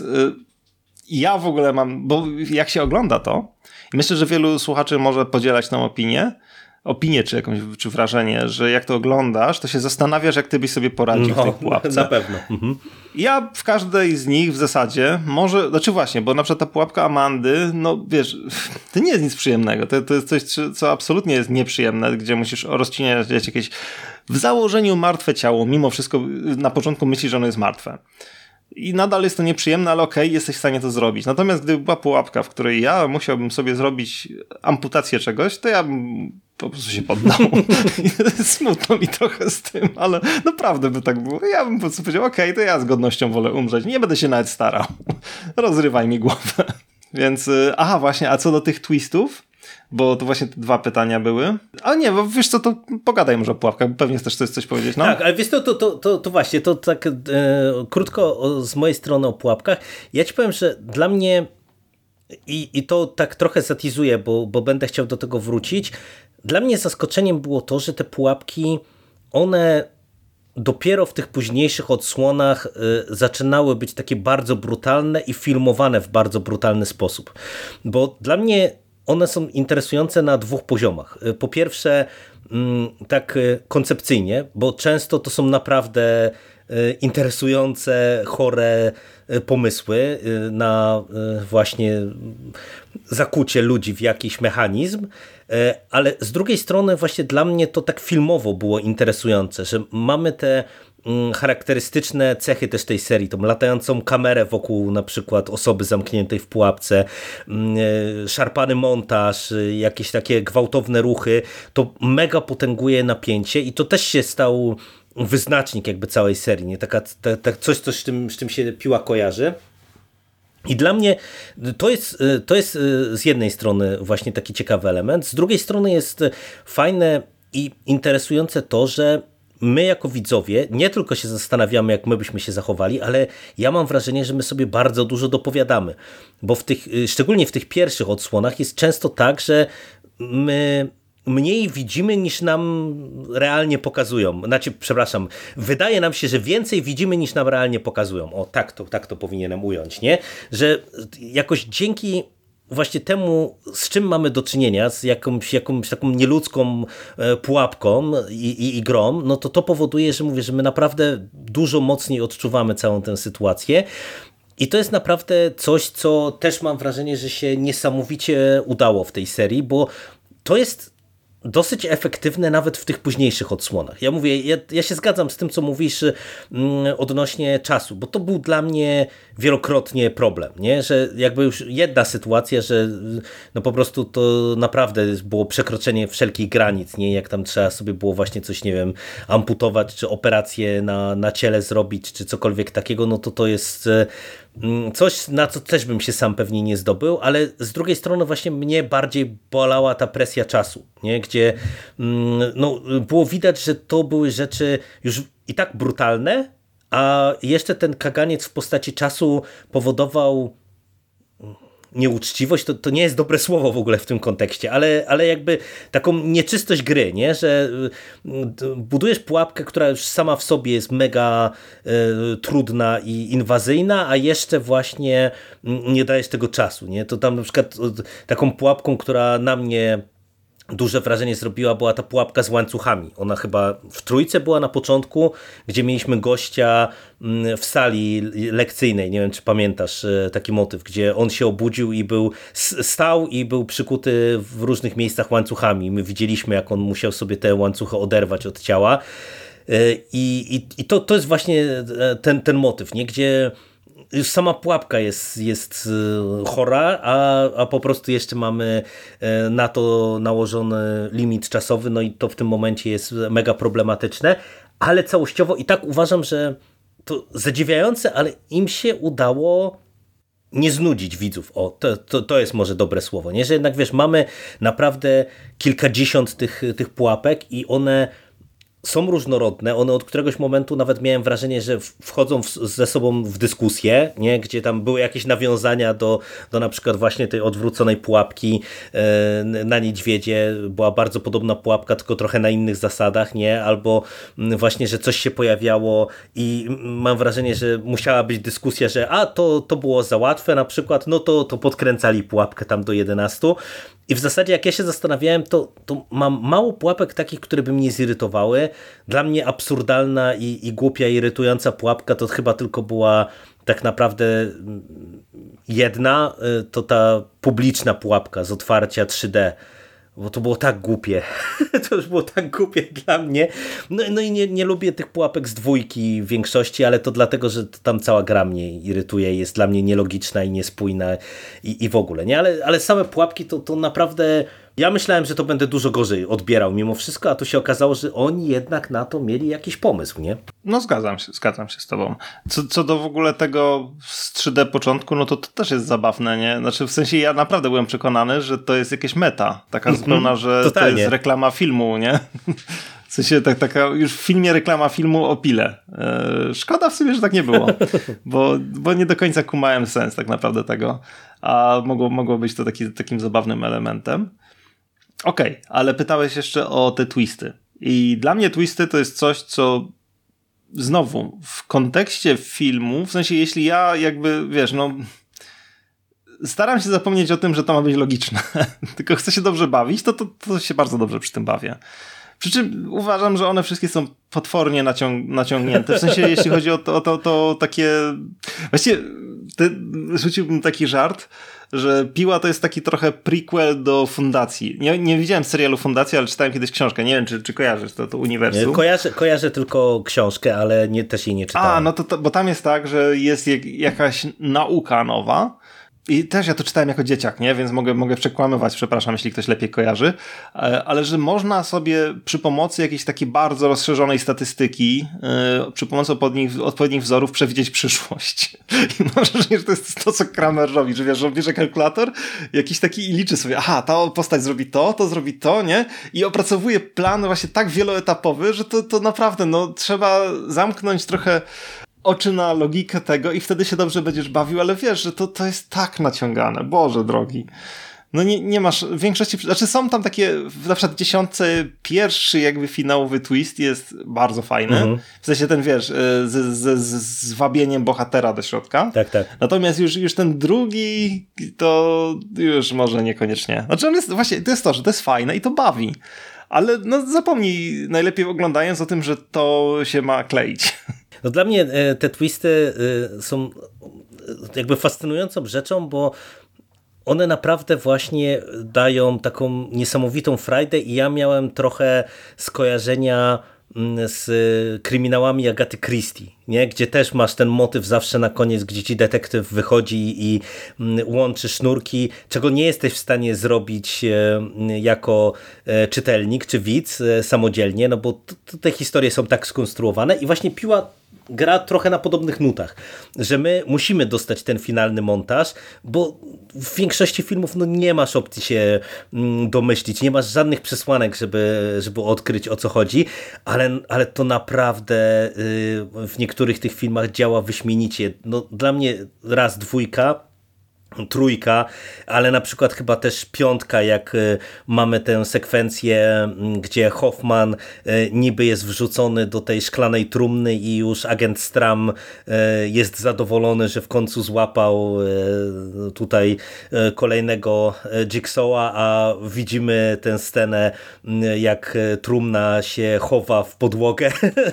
ja w ogóle mam, bo jak się ogląda to, i myślę, że wielu słuchaczy może podzielać tą opinię, opinię czy jakąś czy wrażenie, że jak to oglądasz, to się zastanawiasz, jak ty byś sobie poradził no, w tej pułapce. Na pewno. Mhm. Ja w każdej z nich w zasadzie może, znaczy właśnie, bo na przykład ta pułapka Amandy, no wiesz, to nie jest nic przyjemnego. To, to jest coś, co absolutnie jest nieprzyjemne, gdzie musisz rozcinać jakieś w założeniu martwe ciało, mimo wszystko na początku myślisz, że ono jest martwe. I nadal jest to nieprzyjemne, ale okej, okay, jesteś w stanie to zrobić. Natomiast gdyby była pułapka, w której ja musiałbym sobie zrobić amputację czegoś, to ja bym po prostu się poddał. Smutno mi trochę z tym, ale naprawdę by tak było. Ja bym po prostu powiedział, okej, okay, to ja z godnością wolę umrzeć. Nie będę się nawet starał. Rozrywaj mi głowę. Więc, aha właśnie, a co do tych twistów, bo to właśnie te dwa pytania były. A nie, bo wiesz co, to pogadaj może o pułapkach, bo pewnie chcesz coś, coś powiedzieć, no? Tak, ale wiesz to, to, to, to, to właśnie, to tak e, krótko o, z mojej strony o pułapkach. Ja ci powiem, że dla mnie i, i to tak trochę zatizuję, bo, bo będę chciał do tego wrócić. Dla mnie zaskoczeniem było to, że te pułapki, one dopiero w tych późniejszych odsłonach y, zaczynały być takie bardzo brutalne i filmowane w bardzo brutalny sposób. Bo dla mnie one są interesujące na dwóch poziomach. Po pierwsze, tak koncepcyjnie, bo często to są naprawdę interesujące, chore pomysły na właśnie zakucie ludzi w jakiś mechanizm, ale z drugiej strony właśnie dla mnie to tak filmowo było interesujące, że mamy te charakterystyczne cechy też tej serii, tą latającą kamerę wokół na przykład osoby zamkniętej w pułapce, szarpany montaż, jakieś takie gwałtowne ruchy, to mega potęguje napięcie i to też się stał wyznacznik jakby całej serii, nie? Taka, ta, ta, coś, coś z czym, z czym się piła kojarzy. I dla mnie to jest, to jest z jednej strony właśnie taki ciekawy element, z drugiej strony jest fajne i interesujące to, że my jako widzowie nie tylko się zastanawiamy, jak my byśmy się zachowali, ale ja mam wrażenie, że my sobie bardzo dużo dopowiadamy, bo w tych, szczególnie w tych pierwszych odsłonach jest często tak, że my mniej widzimy niż nam realnie pokazują. Znaczy, przepraszam, wydaje nam się, że więcej widzimy niż nam realnie pokazują. O, tak to, tak to powinienem ująć, nie? Że jakoś dzięki właśnie temu, z czym mamy do czynienia, z jakąś, jakąś taką nieludzką pułapką i, i, i grą, no to to powoduje, że mówię, że my naprawdę dużo mocniej odczuwamy całą tę sytuację. I to jest naprawdę coś, co też mam wrażenie, że się niesamowicie udało w tej serii, bo to jest dosyć efektywne nawet w tych późniejszych odsłonach. Ja mówię, ja, ja się zgadzam z tym, co mówisz mm, odnośnie czasu, bo to był dla mnie wielokrotnie problem, nie? Że jakby już jedna sytuacja, że no po prostu to naprawdę było przekroczenie wszelkich granic, nie? Jak tam trzeba sobie było właśnie coś, nie wiem, amputować, czy operację na, na ciele zrobić, czy cokolwiek takiego, no to to jest coś, na co też bym się sam pewnie nie zdobył, ale z drugiej strony właśnie mnie bardziej bolała ta presja czasu, nie? Gdzie no, było widać, że to były rzeczy już i tak brutalne, a jeszcze ten kaganiec w postaci czasu powodował nieuczciwość, to, to nie jest dobre słowo w ogóle w tym kontekście, ale, ale jakby taką nieczystość gry, nie? Że budujesz pułapkę, która już sama w sobie jest mega y, trudna i inwazyjna, a jeszcze właśnie nie dajesz tego czasu, nie? To tam na przykład taką pułapką, która na mnie duże wrażenie zrobiła, była ta pułapka z łańcuchami. Ona chyba w trójce była na początku, gdzie mieliśmy gościa w sali lekcyjnej. Nie wiem, czy pamiętasz taki motyw, gdzie on się obudził i był stał i był przykuty w różnych miejscach łańcuchami. My widzieliśmy, jak on musiał sobie te łańcuchy oderwać od ciała. I, i, i to, to jest właśnie ten, ten motyw, nie? Gdzie już sama pułapka jest, jest chora, a, a po prostu jeszcze mamy na to nałożony limit czasowy, no i to w tym momencie jest mega problematyczne, ale całościowo i tak uważam, że to zadziwiające, ale im się udało nie znudzić widzów. O, to, to, to jest może dobre słowo, nie? Że jednak wiesz, mamy naprawdę kilkadziesiąt tych, tych pułapek i one są różnorodne, one od któregoś momentu nawet miałem wrażenie, że wchodzą w, ze sobą w dyskusję, nie? Gdzie tam były jakieś nawiązania do, do na przykład właśnie tej odwróconej pułapki e, na niedźwiedzie. Była bardzo podobna pułapka, tylko trochę na innych zasadach, nie? Albo właśnie, że coś się pojawiało i mam wrażenie, że musiała być dyskusja, że a to, to było za łatwe na przykład, no to, to podkręcali pułapkę tam do jedenastu. I w zasadzie jak ja się zastanawiałem, to, to mam mało pułapek takich, które by mnie zirytowały. Dla mnie absurdalna i, i głupia, irytująca pułapka to chyba tylko była tak naprawdę jedna, to ta publiczna pułapka z otwarcia trzy D. Bo to było tak głupie. To już było tak głupie dla mnie. No, no i nie, nie lubię tych pułapek z dwójki w większości, ale to dlatego, że tam cała gra mnie irytuje, jest dla mnie nielogiczna i niespójna i, i w ogóle. Nie? Ale, ale same pułapki to, to naprawdę... Ja myślałem, że to będę dużo gorzej odbierał mimo wszystko, a tu się okazało, że oni jednak na to mieli jakiś pomysł, nie? No zgadzam się, zgadzam się z tobą. Co, co do w ogóle tego z trzy D początku, no to to też jest zabawne, nie? Znaczy w sensie ja naprawdę byłem przekonany, że to jest jakieś meta, taka zupełna, że Totalnie. To jest reklama filmu, nie? W sensie tak, taka już w filmie reklama filmu o pile. Eee, szkoda w sumie, że tak nie było, bo, bo nie do końca kumałem sens tak naprawdę tego, a mogło, mogło być to taki, takim zabawnym elementem. Okej, okay, ale pytałeś jeszcze o te twisty. I dla mnie twisty to jest coś, co znowu w kontekście filmu, w sensie jeśli ja jakby, wiesz, no staram się zapomnieć o tym, że to ma być logiczne, tylko chcę się dobrze bawić, to, to, to się bardzo dobrze przy tym bawię. Przy czym uważam, że one wszystkie są potwornie naciąg- naciągnięte. W sensie, jeśli chodzi o to, o to, to takie... Właściwie te, rzuciłbym taki żart, że Piła to jest taki trochę prequel do Fundacji. Nie, nie widziałem serialu Fundacji, ale czytałem kiedyś książkę. Nie wiem, czy, czy kojarzysz to, to uniwersum. Kojarzę, kojarzę tylko książkę, ale nie, też jej nie czytałem. A, no to, to bo tam jest tak, że jest jak, jakaś nauka nowa. I też ja to czytałem jako dzieciak, nie? Więc mogę, mogę przekłamywać, przepraszam, jeśli ktoś lepiej kojarzy, ale że można sobie przy pomocy jakiejś takiej bardzo rozszerzonej statystyki, yy, przy pomocy odpowiednich, odpowiednich wzorów przewidzieć przyszłość. I mam wrażenie, że to jest to, co Kramer robi, że wiesz, że on bierze kalkulator jakiś taki i liczy sobie, aha, ta postać zrobi to, to zrobi to, nie? I opracowuje plan właśnie tak wieloetapowy, że to, to naprawdę, no, trzeba zamknąć trochę oczy na logikę tego i wtedy się dobrze będziesz bawił, ale wiesz, że to, to jest tak naciągane. Boże drogi. no nie, nie masz w większości, znaczy są tam takie, na przykład w dziesiątce pierwszy jakby finałowy twist jest bardzo fajny, mhm. w sensie ten wiesz, z, z, z zwabieniem bohatera do środka, tak, tak. Natomiast już, już ten drugi to już może niekoniecznie, znaczy on jest właśnie, to jest to, że to jest fajne i to bawi, ale no zapomnij najlepiej oglądając o tym, że to się ma kleić. No dla mnie te twisty są jakby fascynującą rzeczą, bo one naprawdę właśnie dają taką niesamowitą frajdę i ja miałem trochę skojarzenia z kryminałami Agaty Christie, nie? Gdzie też masz ten motyw zawsze na koniec, gdzie ci detektyw wychodzi i łączy sznurki, czego nie jesteś w stanie zrobić jako czytelnik czy widz samodzielnie, no bo te historie są tak skonstruowane i właśnie Piła gra trochę na podobnych nutach, że my musimy dostać ten finalny montaż, bo w większości filmów no nie masz opcji się domyślić, nie masz żadnych przesłanek, żeby, żeby odkryć o co chodzi, ale, ale to naprawdę w niektórych tych filmach działa wyśmienicie. No, dla mnie raz dwójka, trójka, ale na przykład chyba też piątka, jak mamy tę sekwencję, gdzie Hoffman niby jest wrzucony do tej szklanej trumny i już agent Stram jest zadowolony, że w końcu złapał tutaj kolejnego Jigsaw'a, a widzimy tę scenę, jak trumna się chowa w podłogę,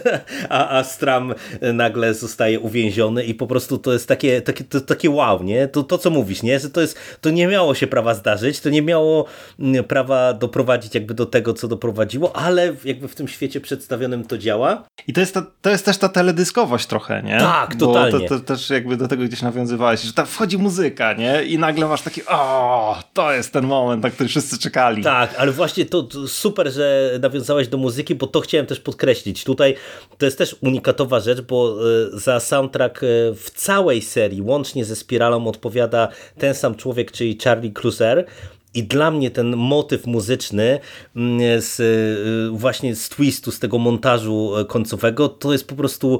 a, a Stram nagle zostaje uwięziony i po prostu to jest takie, takie, to, takie wow, nie? To, to co mówisz, nie? Że to jest, to nie miało się prawa zdarzyć, to nie miało prawa doprowadzić jakby do tego, co doprowadziło, ale jakby w tym świecie przedstawionym to działa. I to jest, ta, to jest też ta teledyskowość trochę, nie? Tak, totalnie. Bo to, to też jakby do tego gdzieś nawiązywałeś, że tam wchodzi muzyka, nie? I nagle masz taki, o, to jest ten moment, na który wszyscy czekali. Tak, ale właśnie to, to super, że nawiązałeś do muzyki, bo to chciałem też podkreślić. Tutaj to jest też unikatowa rzecz, bo za soundtrack w całej serii, łącznie ze Spiralą, odpowiada ten sam człowiek, czyli Charlie Clouser. I dla mnie ten motyw muzyczny z, właśnie z twistu, z tego montażu końcowego, to jest po prostu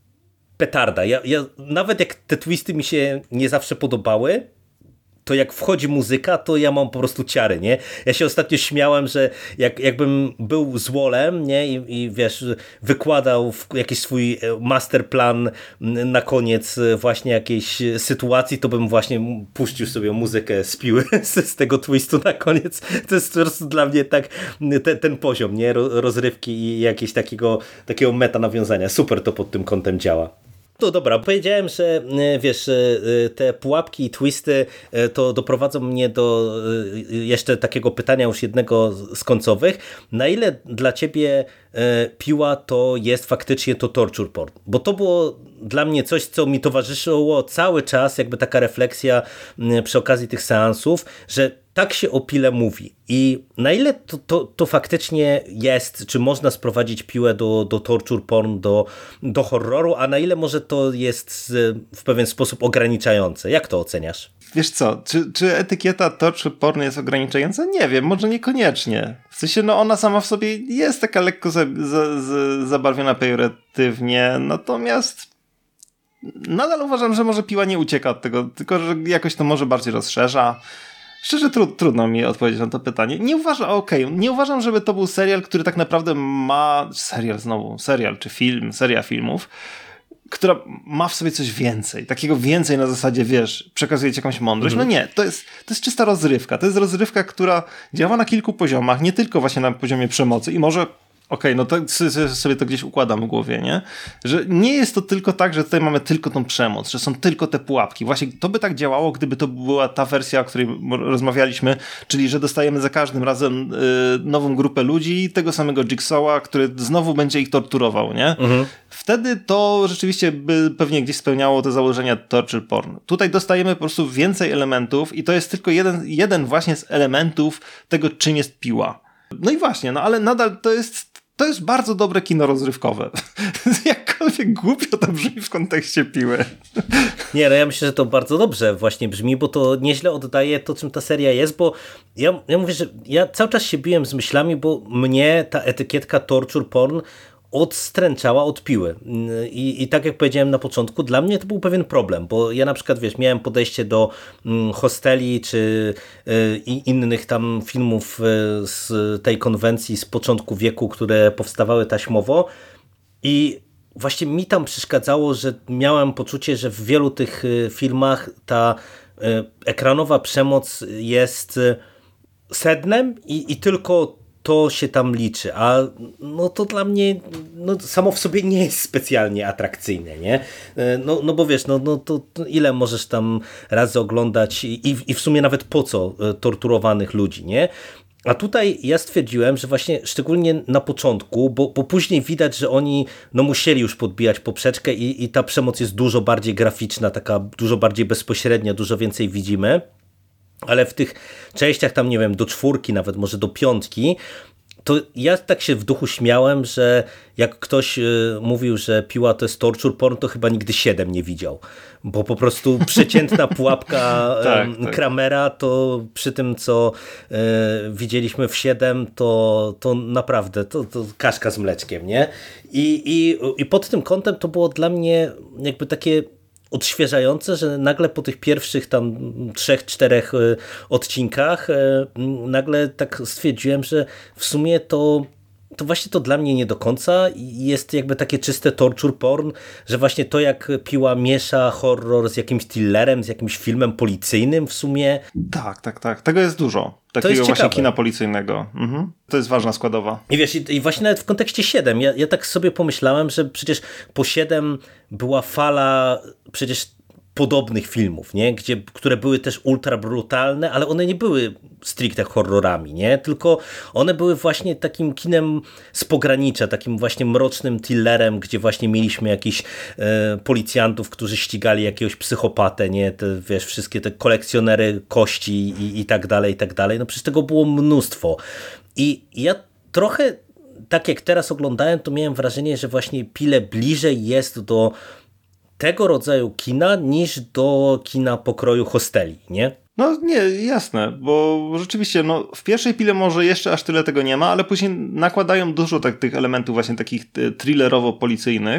petarda. Ja, ja, nawet jak te twisty mi się nie zawsze podobały, to jak wchodzi muzyka, to ja mam po prostu ciary, nie? Ja się ostatnio śmiałem, że jak, jakbym był złolem, nie? I, i wiesz, wykładał jakiś swój masterplan na koniec właśnie jakiejś sytuacji, to bym właśnie puścił sobie muzykę z Piły z, z tego twistu na koniec. To jest po prostu dla mnie tak te, ten poziom, nie? Rozrywki i jakieś takiego, takiego meta nawiązania. Super to pod tym kątem działa. No dobra, powiedziałem, że wiesz, te pułapki i twisty to doprowadzą mnie do jeszcze takiego pytania już jednego z końcowych. Na ile dla ciebie Piła to jest faktycznie to torture porn? Bo to było dla mnie coś, co mi towarzyszyło cały czas, jakby taka refleksja przy okazji tych seansów, że tak się o Pile mówi. I na ile to, to, to faktycznie jest, czy można sprowadzić Piłę do, do torture porn, do, do horroru, a na ile może to jest w pewien sposób ograniczające? Jak to oceniasz? Wiesz co, czy, czy etykieta torture porn jest ograniczająca? Nie wiem, może niekoniecznie. W sensie, no ona sama w sobie jest taka lekko za, za, za, zabarwiona pejoratywnie, natomiast nadal uważam, że może Piła nie ucieka od tego, tylko że jakoś to może bardziej rozszerza. Szczerze tru, trudno mi odpowiedzieć na to pytanie. Nie uważam, okej, okay, nie uważam, żeby to był serial, który tak naprawdę ma, serial znowu, serial czy film, seria filmów, która ma w sobie coś więcej, takiego więcej na zasadzie, wiesz, przekazuje ci jakąś mądrość. Mhm. No nie, to jest, to jest czysta rozrywka. To jest rozrywka, która działa na kilku poziomach, nie tylko właśnie na poziomie przemocy i może okej, okay, no to sobie to gdzieś układam w głowie, nie? Że nie jest to tylko tak, że tutaj mamy tylko tą przemoc, że są tylko te pułapki. Właśnie to by tak działało, gdyby to była ta wersja, o której rozmawialiśmy, czyli że dostajemy za każdym razem y, nową grupę ludzi, tego samego Jigsaw'a, który znowu będzie ich torturował, nie? Mhm. Wtedy to rzeczywiście by pewnie gdzieś spełniało te założenia torture porn. Tutaj dostajemy po prostu więcej elementów i to jest tylko jeden, jeden właśnie z elementów tego, czym jest Piła. No i właśnie, no ale nadal to jest To jest bardzo dobre kino rozrywkowe. Jakkolwiek głupio to brzmi w kontekście Piły. Nie, no ja myślę, że to bardzo dobrze właśnie brzmi, bo to nieźle oddaje to, czym ta seria jest, bo ja, ja mówię, że ja cały czas się biłem z myślami, bo mnie ta etykietka torture porn odstręczała od piły. I, I tak jak powiedziałem na początku, dla mnie to był pewien problem, bo ja na przykład, wiesz, miałem podejście do Hosteli czy innych tam filmów z tej konwencji z początku wieku, które powstawały taśmowo i właśnie mi tam przeszkadzało, że miałem poczucie, że w wielu tych filmach ta ekranowa przemoc jest sednem i, i tylko to się tam liczy, a no to dla mnie no, samo w sobie nie jest specjalnie atrakcyjne, nie? No, no bo wiesz, no, no to, to ile możesz tam razy oglądać i, i w sumie nawet po co torturowanych ludzi, nie? A tutaj ja stwierdziłem, że właśnie szczególnie na początku, bo, bo później widać, że oni no musieli już podbijać poprzeczkę i, i ta przemoc jest dużo bardziej graficzna, taka dużo bardziej bezpośrednia, dużo więcej widzimy. Ale w tych częściach tam, nie wiem, do czwórki, nawet może do piątki, to ja tak się w duchu śmiałem, że jak ktoś y, mówił, że Piła to jest torture porn, to chyba nigdy siedem nie widział. Bo po prostu przeciętna pułapka tak, y, tak. Kramera, to przy tym, co y, widzieliśmy w siedem, to, to naprawdę to, to kaszka z mleczkiem, nie? I, i, I pod tym kątem to było dla mnie jakby takie odświeżające, że nagle po tych pierwszych tam trzech, czterech odcinkach nagle tak stwierdziłem, że w sumie to to właśnie to dla mnie nie do końca jest jakby takie czyste torture porn, że właśnie to jak Piła miesza horror z jakimś thrillerem, z jakimś filmem policyjnym w sumie. Tak, tak, tak. Tego jest dużo. Takiego jest właśnie ciekawe. kina policyjnego. Mhm. To jest ważna składowa. I wiesz, i, i właśnie nawet w kontekście siedem, ja, ja tak sobie pomyślałem, że przecież po siedem była fala przecież podobnych filmów, nie? Gdzie, które były też ultra brutalne, ale one nie były stricte horrorami, nie? Tylko one były właśnie takim kinem z pogranicza, takim właśnie mrocznym thrillerem, gdzie właśnie mieliśmy jakichś e, policjantów, którzy ścigali jakiegoś psychopatę, nie? Te, wiesz, wszystkie te kolekcjonery kości i, i tak dalej, i tak dalej. No przecież tego było mnóstwo. I ja trochę, tak jak teraz oglądałem, to miałem wrażenie, że właśnie Pile bliżej jest do tego rodzaju kina niż do kina pokroju Hosteli, nie? No nie, jasne, bo rzeczywiście no, w pierwszej Pile może jeszcze aż tyle tego nie ma, ale później nakładają dużo tak, tych elementów właśnie takich thrillerowo-policyjnych.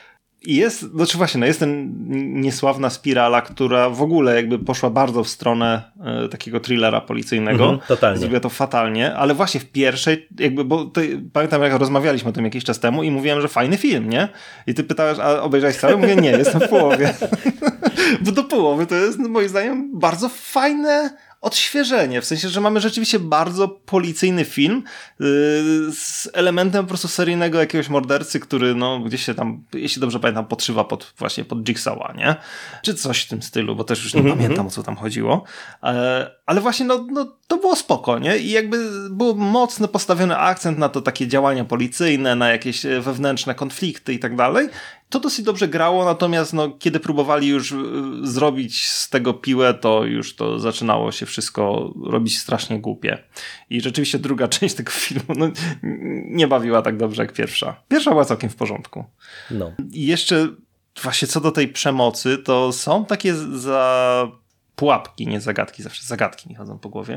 I jest, znaczy właśnie, no jest ten niesławna Spirala, która w ogóle jakby poszła bardzo w stronę e, takiego thrillera policyjnego. Mhm, totalnie. Zrobiła to fatalnie, ale właśnie w pierwszej, jakby, bo ty, pamiętam jak rozmawialiśmy o tym jakiś czas temu i mówiłem, że fajny film, nie? I ty pytałeś, a obejrzałeś cały? Mówię, nie, jestem w połowie. Bo do połowy to jest, no, moim zdaniem, bardzo fajne odświeżenie, w sensie, że mamy rzeczywiście bardzo policyjny film yy, z elementem po prostu seryjnego jakiegoś mordercy, który no gdzieś się tam, jeśli dobrze pamiętam, podszywa pod, właśnie pod Jigsawa, nie? Czy coś w tym stylu, bo też już nie mm-hmm. pamiętam, o co tam chodziło. E, ale właśnie no, no to było spoko, nie? I jakby był mocno postawiony akcent na to takie działania policyjne, na jakieś wewnętrzne konflikty i tak dalej. To dosyć dobrze grało, natomiast no, kiedy próbowali już y, zrobić z tego Piłę, to już to zaczynało się wszystko robić strasznie głupie. I rzeczywiście druga część tego filmu no, nie bawiła tak dobrze jak pierwsza. Pierwsza była całkiem w porządku. No. I jeszcze właśnie co do tej przemocy, to są takie za pułapki, nie zagadki, zawsze zagadki mi chodzą po głowie.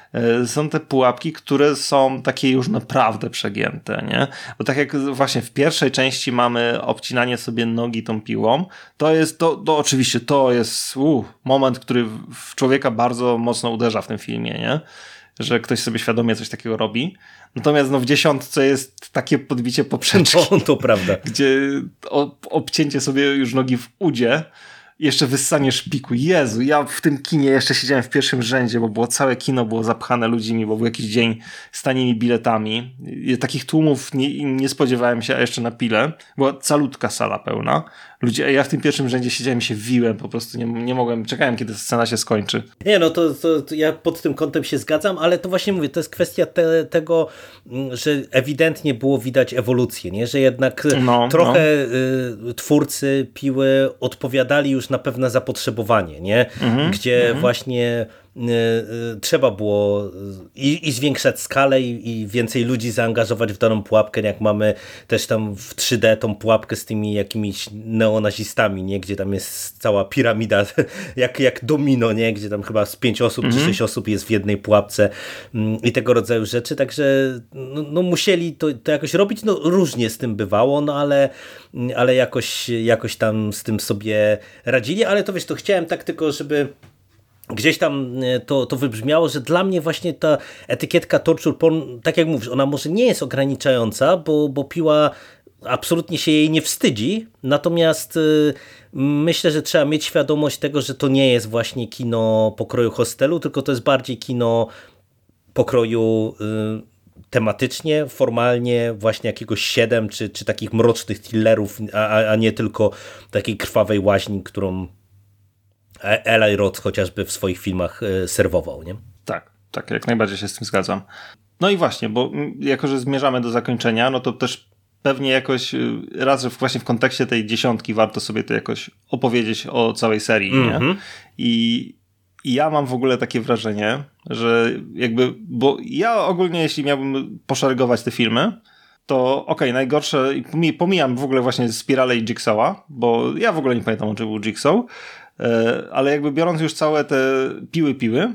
Są te pułapki, które są takie już naprawdę przegięte, nie? Bo tak jak właśnie w pierwszej części mamy obcinanie sobie nogi tą piłą, to jest, to, to oczywiście to jest uh, moment, który w człowieka bardzo mocno uderza w tym filmie, nie? Że ktoś sobie świadomie coś takiego robi. Natomiast no, w dziesiątce jest takie podbicie poprzeczki. No, to prawda. Gdzie obcięcie sobie już nogi w udzie, jeszcze wyssanie szpiku. Jezu, ja w tym kinie jeszcze siedziałem w pierwszym rzędzie, bo było całe kino było zapchane ludźmi, bo był jakiś dzień z tanimi biletami. I takich tłumów nie, nie spodziewałem się, a jeszcze na Pile. Była calutka sala pełna. Ludzie, ja w tym pierwszym rzędzie siedziałem i się wiłem, po prostu nie, nie mogłem, czekałem kiedy scena się skończy. Nie, no to, to, to ja pod tym kątem się zgadzam, ale to właśnie mówię, to jest kwestia te, tego, że ewidentnie było widać ewolucję, nie? Że jednak no, trochę no. y, twórcy Piły odpowiadali już na pewne zapotrzebowanie, nie? Mhm, Gdzie mhm. właśnie trzeba było i, i zwiększać skalę i, i więcej ludzi zaangażować w daną pułapkę, jak mamy też tam w trzy D tą pułapkę z tymi jakimiś neonazistami, nie? Gdzie tam jest cała piramida, jak, jak domino, nie? Gdzie tam chyba z pięć osób mhm. czy sześć osób jest w jednej pułapce i tego rodzaju rzeczy, także no, no musieli to, to jakoś robić, no różnie z tym bywało, no ale, ale jakoś, jakoś tam z tym sobie radzili, ale to wiesz, to chciałem tak tylko, żeby gdzieś tam to, to wybrzmiało, że dla mnie właśnie ta etykietka torture porn, tak jak mówisz, ona może nie jest ograniczająca, bo, bo Piła absolutnie się jej nie wstydzi, natomiast y, myślę, że trzeba mieć świadomość tego, że to nie jest właśnie kino pokroju Hostelu, tylko to jest bardziej kino pokroju y, tematycznie, formalnie właśnie jakiegoś siedem, czy, czy takich mrocznych thrillerów, a, a nie tylko takiej krwawej łaźni, którą Eli Roth chociażby w swoich filmach serwował, nie? Tak, tak, jak najbardziej się z tym zgadzam. No i właśnie, bo jako, że zmierzamy do zakończenia, no to też pewnie jakoś raz, że właśnie w kontekście tej dziesiątki warto sobie to jakoś opowiedzieć o całej serii, mm-hmm. nie? I, I ja mam w ogóle takie wrażenie, że jakby, bo ja ogólnie jeśli miałbym poszeregować te filmy, to okej, okay, najgorsze, pomijam w ogóle właśnie Spirale i Jigsawa, bo ja w ogóle nie pamiętam, czy był Jigsaw, ale jakby biorąc już całe te piły piły,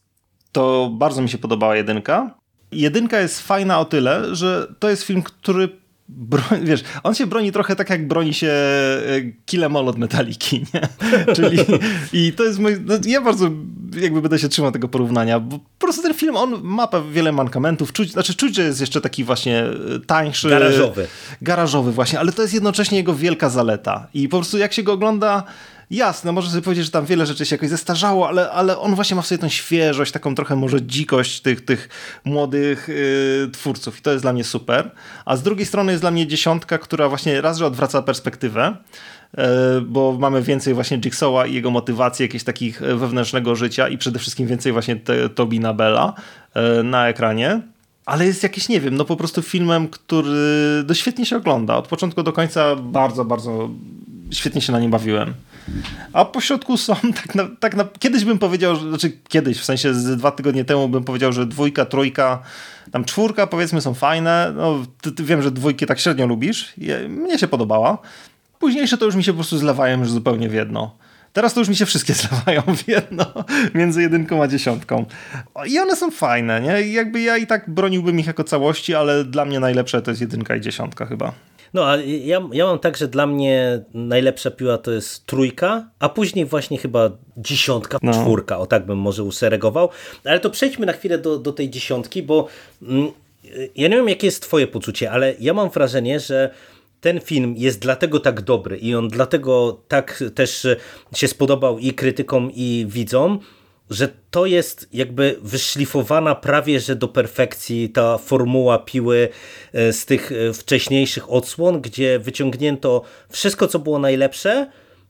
to bardzo mi się podobała jedynka. Jedynka jest fajna o tyle, że to jest film, który broni, wiesz, on się broni trochę tak, jak broni się Kill Em All od Metaliki, nie? Czyli i to jest mój, no, ja bardzo jakby będę się trzymał tego porównania, bo po prostu ten film, on ma wiele mankamentów, czuć, znaczy czuć, że jest jeszcze taki właśnie tańszy. Garażowy. Garażowy właśnie, ale to jest jednocześnie jego wielka zaleta i po prostu jak się go ogląda, jasne, można sobie powiedzieć, że tam wiele rzeczy się jakoś zestarzało, ale, ale on właśnie ma w sobie tą świeżość, taką trochę może dzikość tych, tych młodych yy, twórców i to jest dla mnie super. A z drugiej strony jest dla mnie dziesiątka, która właśnie raz, że odwraca perspektywę, yy, bo mamy więcej właśnie Jigsawa i jego motywacji, jakiegoś takich wewnętrznego życia i przede wszystkim więcej właśnie te, Tobina Bella yy, na ekranie. Ale jest jakiś, nie wiem, no po prostu filmem, który no świetnie się ogląda. Od początku do końca bardzo, bardzo świetnie się na nim bawiłem. A po środku są tak na, tak na... Kiedyś bym powiedział, że, znaczy kiedyś, w sensie z dwa tygodnie temu bym powiedział, że dwójka, trójka, tam czwórka powiedzmy są fajne. No, ty, ty wiem, że dwójki tak średnio lubisz. Je, mnie się podobała. Późniejsze to już mi się po prostu zlewają już zupełnie w jedno. Teraz to już mi się wszystkie zlewają w jedno między jedynką a dziesiątką. I one są fajne, nie? I jakby ja i tak broniłbym ich jako całości, ale dla mnie najlepsze to jest jedynka i dziesiątka chyba. No, a ja, ja mam tak, że dla mnie najlepsza piła to jest trójka, a później właśnie chyba dziesiątka, no. czwórka, o tak bym może useregował. Ale to przejdźmy na chwilę do, do tej dziesiątki, bo mm, ja nie wiem, jakie jest twoje poczucie, ale ja mam wrażenie, że ten film jest dlatego tak dobry i on dlatego tak też się spodobał i krytykom, i widzom, że to jest jakby wyszlifowana prawie że do perfekcji ta formuła piły z tych wcześniejszych odsłon, gdzie wyciągnięto wszystko, co było najlepsze,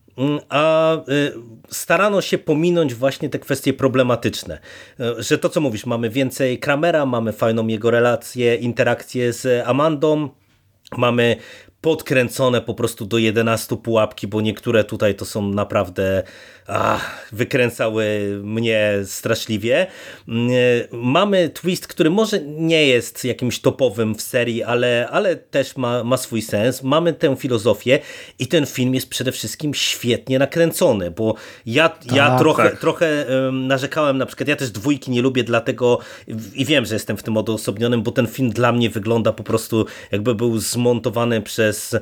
a starano się pominąć właśnie te kwestie problematyczne. Że to, co mówisz, mamy więcej Kramera, mamy fajną jego relację, interakcję z Amandą, mamy podkręcone po prostu do jedenastu pułapki, bo niektóre tutaj to są naprawdę ach, wykręcały mnie straszliwie. Mamy twist, który może nie jest jakimś topowym w serii, ale, ale też ma, ma swój sens. Mamy tę filozofię i ten film jest przede wszystkim świetnie nakręcony, bo ja, tak, ja trochę, tak. trochę um, narzekałem, na przykład ja też dwójki nie lubię, dlatego i wiem, że jestem w tym odosobnionym, bo ten film dla mnie wygląda po prostu jakby był zmontowany przez z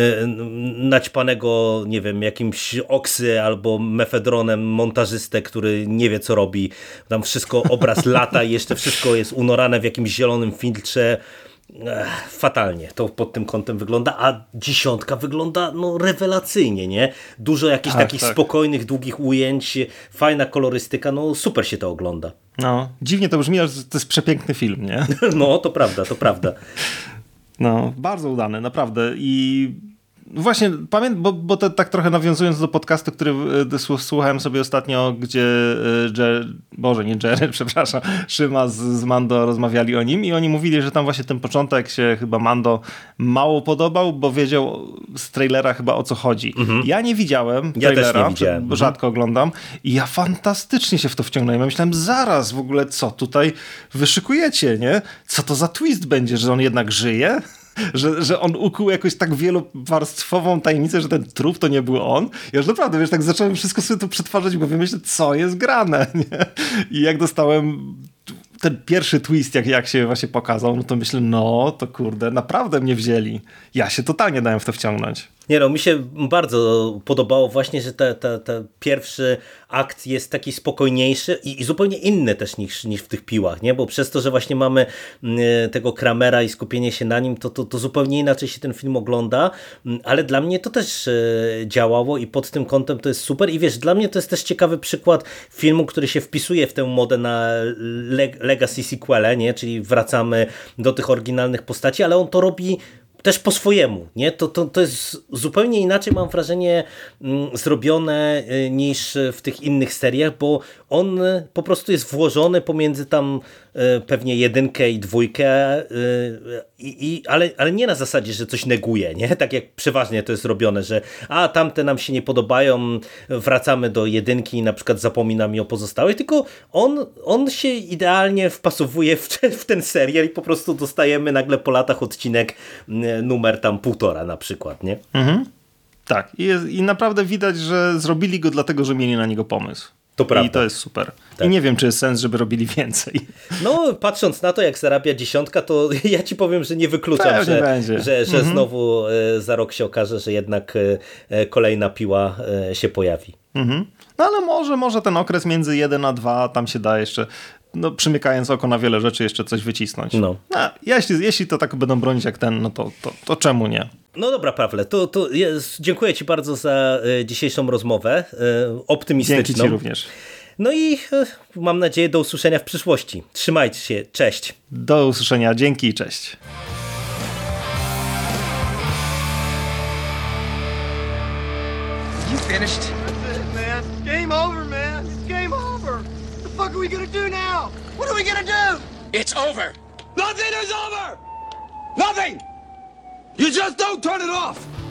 naćpanego, nie wiem, jakimś oksy albo mefedronem montażystę, który nie wie, co robi. Tam wszystko, obraz lata i jeszcze wszystko jest unorane w jakimś zielonym filtrze. Ech, fatalnie to pod tym kątem wygląda, a dziesiątka wygląda no rewelacyjnie, nie? Dużo jakichś tak, takich tak. spokojnych, długich ujęć, fajna kolorystyka, no super się to ogląda. No, dziwnie to brzmi, że to jest przepiękny film, nie? No, to prawda, to prawda. No, bardzo udany, naprawdę. I Właśnie, pamiętam, bo, bo to tak trochę nawiązując do podcastu, który słuchałem sobie ostatnio, gdzie Jer, Boże, nie Jerry, przepraszam, Szyma z, z Mando rozmawiali o nim i oni mówili, że tam właśnie ten początek się chyba Mando mało podobał, bo wiedział z trailera chyba o co chodzi. Mhm. Ja nie widziałem ja trailera, też nie widziałem. bo rzadko oglądam i ja fantastycznie się w to wciągnąłem. Ja myślałem, zaraz w ogóle co tutaj wyszykujecie, nie? Co to za twist będzie, że on jednak żyje? Że, że on ukuł jakąś tak wielowarstwową tajemnicę, że ten trup to nie był on. Ja już naprawdę, wiesz, tak zacząłem wszystko sobie to przetwarzać, bo myślę, co jest grane, nie? I jak dostałem ten pierwszy twist, jak, jak się właśnie pokazał, no to myślę, no to kurde, naprawdę mnie wzięli. Ja się totalnie dałem w to wciągnąć. Nie no, mi się bardzo podobało właśnie, że ten te, te pierwszy akt jest taki spokojniejszy i, i zupełnie inny też niż, niż w tych piłach, nie? Bo przez to, że właśnie mamy y, tego Kramera i skupienie się na nim, to, to, to zupełnie inaczej się ten film ogląda, ale dla mnie to też y, działało i pod tym kątem to jest super i wiesz, dla mnie to jest też ciekawy przykład filmu, który się wpisuje w tę modę na leg legacy sequele, nie? Czyli wracamy do tych oryginalnych postaci, ale on to robi też po swojemu, nie? To, to, to jest zupełnie inaczej, mam wrażenie, mm, zrobione y, niż w tych innych seriach, bo on y, po prostu jest włożony pomiędzy tam y, pewnie jedynkę i dwójkę, y, y, ale, ale nie na zasadzie, że coś neguje, nie? Tak jak przeważnie to jest robione, że a tamte nam się nie podobają, wracamy do jedynki i na przykład zapominamy o pozostałych, tylko on, on się idealnie wpasowuje w, w ten serial i po prostu dostajemy nagle po latach odcinek y, numer tam półtora na przykład, nie? Mhm. Tak. I, jest, I naprawdę widać, że zrobili go dlatego, że mieli na niego pomysł. To prawda. I to jest super. Tak. I nie wiem, czy jest sens, żeby robili więcej. No, patrząc na to, jak zarabia dziesiątka, to ja ci powiem, że nie wykluczam, że, będzie. że, że mhm. znowu e, za rok się okaże, że jednak e, kolejna piła e, się pojawi. Mhm. No ale może, może ten okres między jeden a dwa tam się da jeszcze, no przymykając oko na wiele rzeczy, jeszcze coś wycisnąć. No. No, jeśli, jeśli to tak będą bronić jak ten, no to, to, to czemu nie? No dobra, Pawle, to, to jest, dziękuję ci bardzo za e, dzisiejszą rozmowę, e, optymistyczną. Dzięki ci również. No i e, mam nadzieję do usłyszenia w przyszłości. Trzymajcie się, cześć. Do usłyszenia, dzięki i cześć. You finished? That's it, man. Game over, man. It's game over. What the fuck are we gonna do now? What are we gonna do? It's over. Nothing is over. Nothing. You just don't turn it off.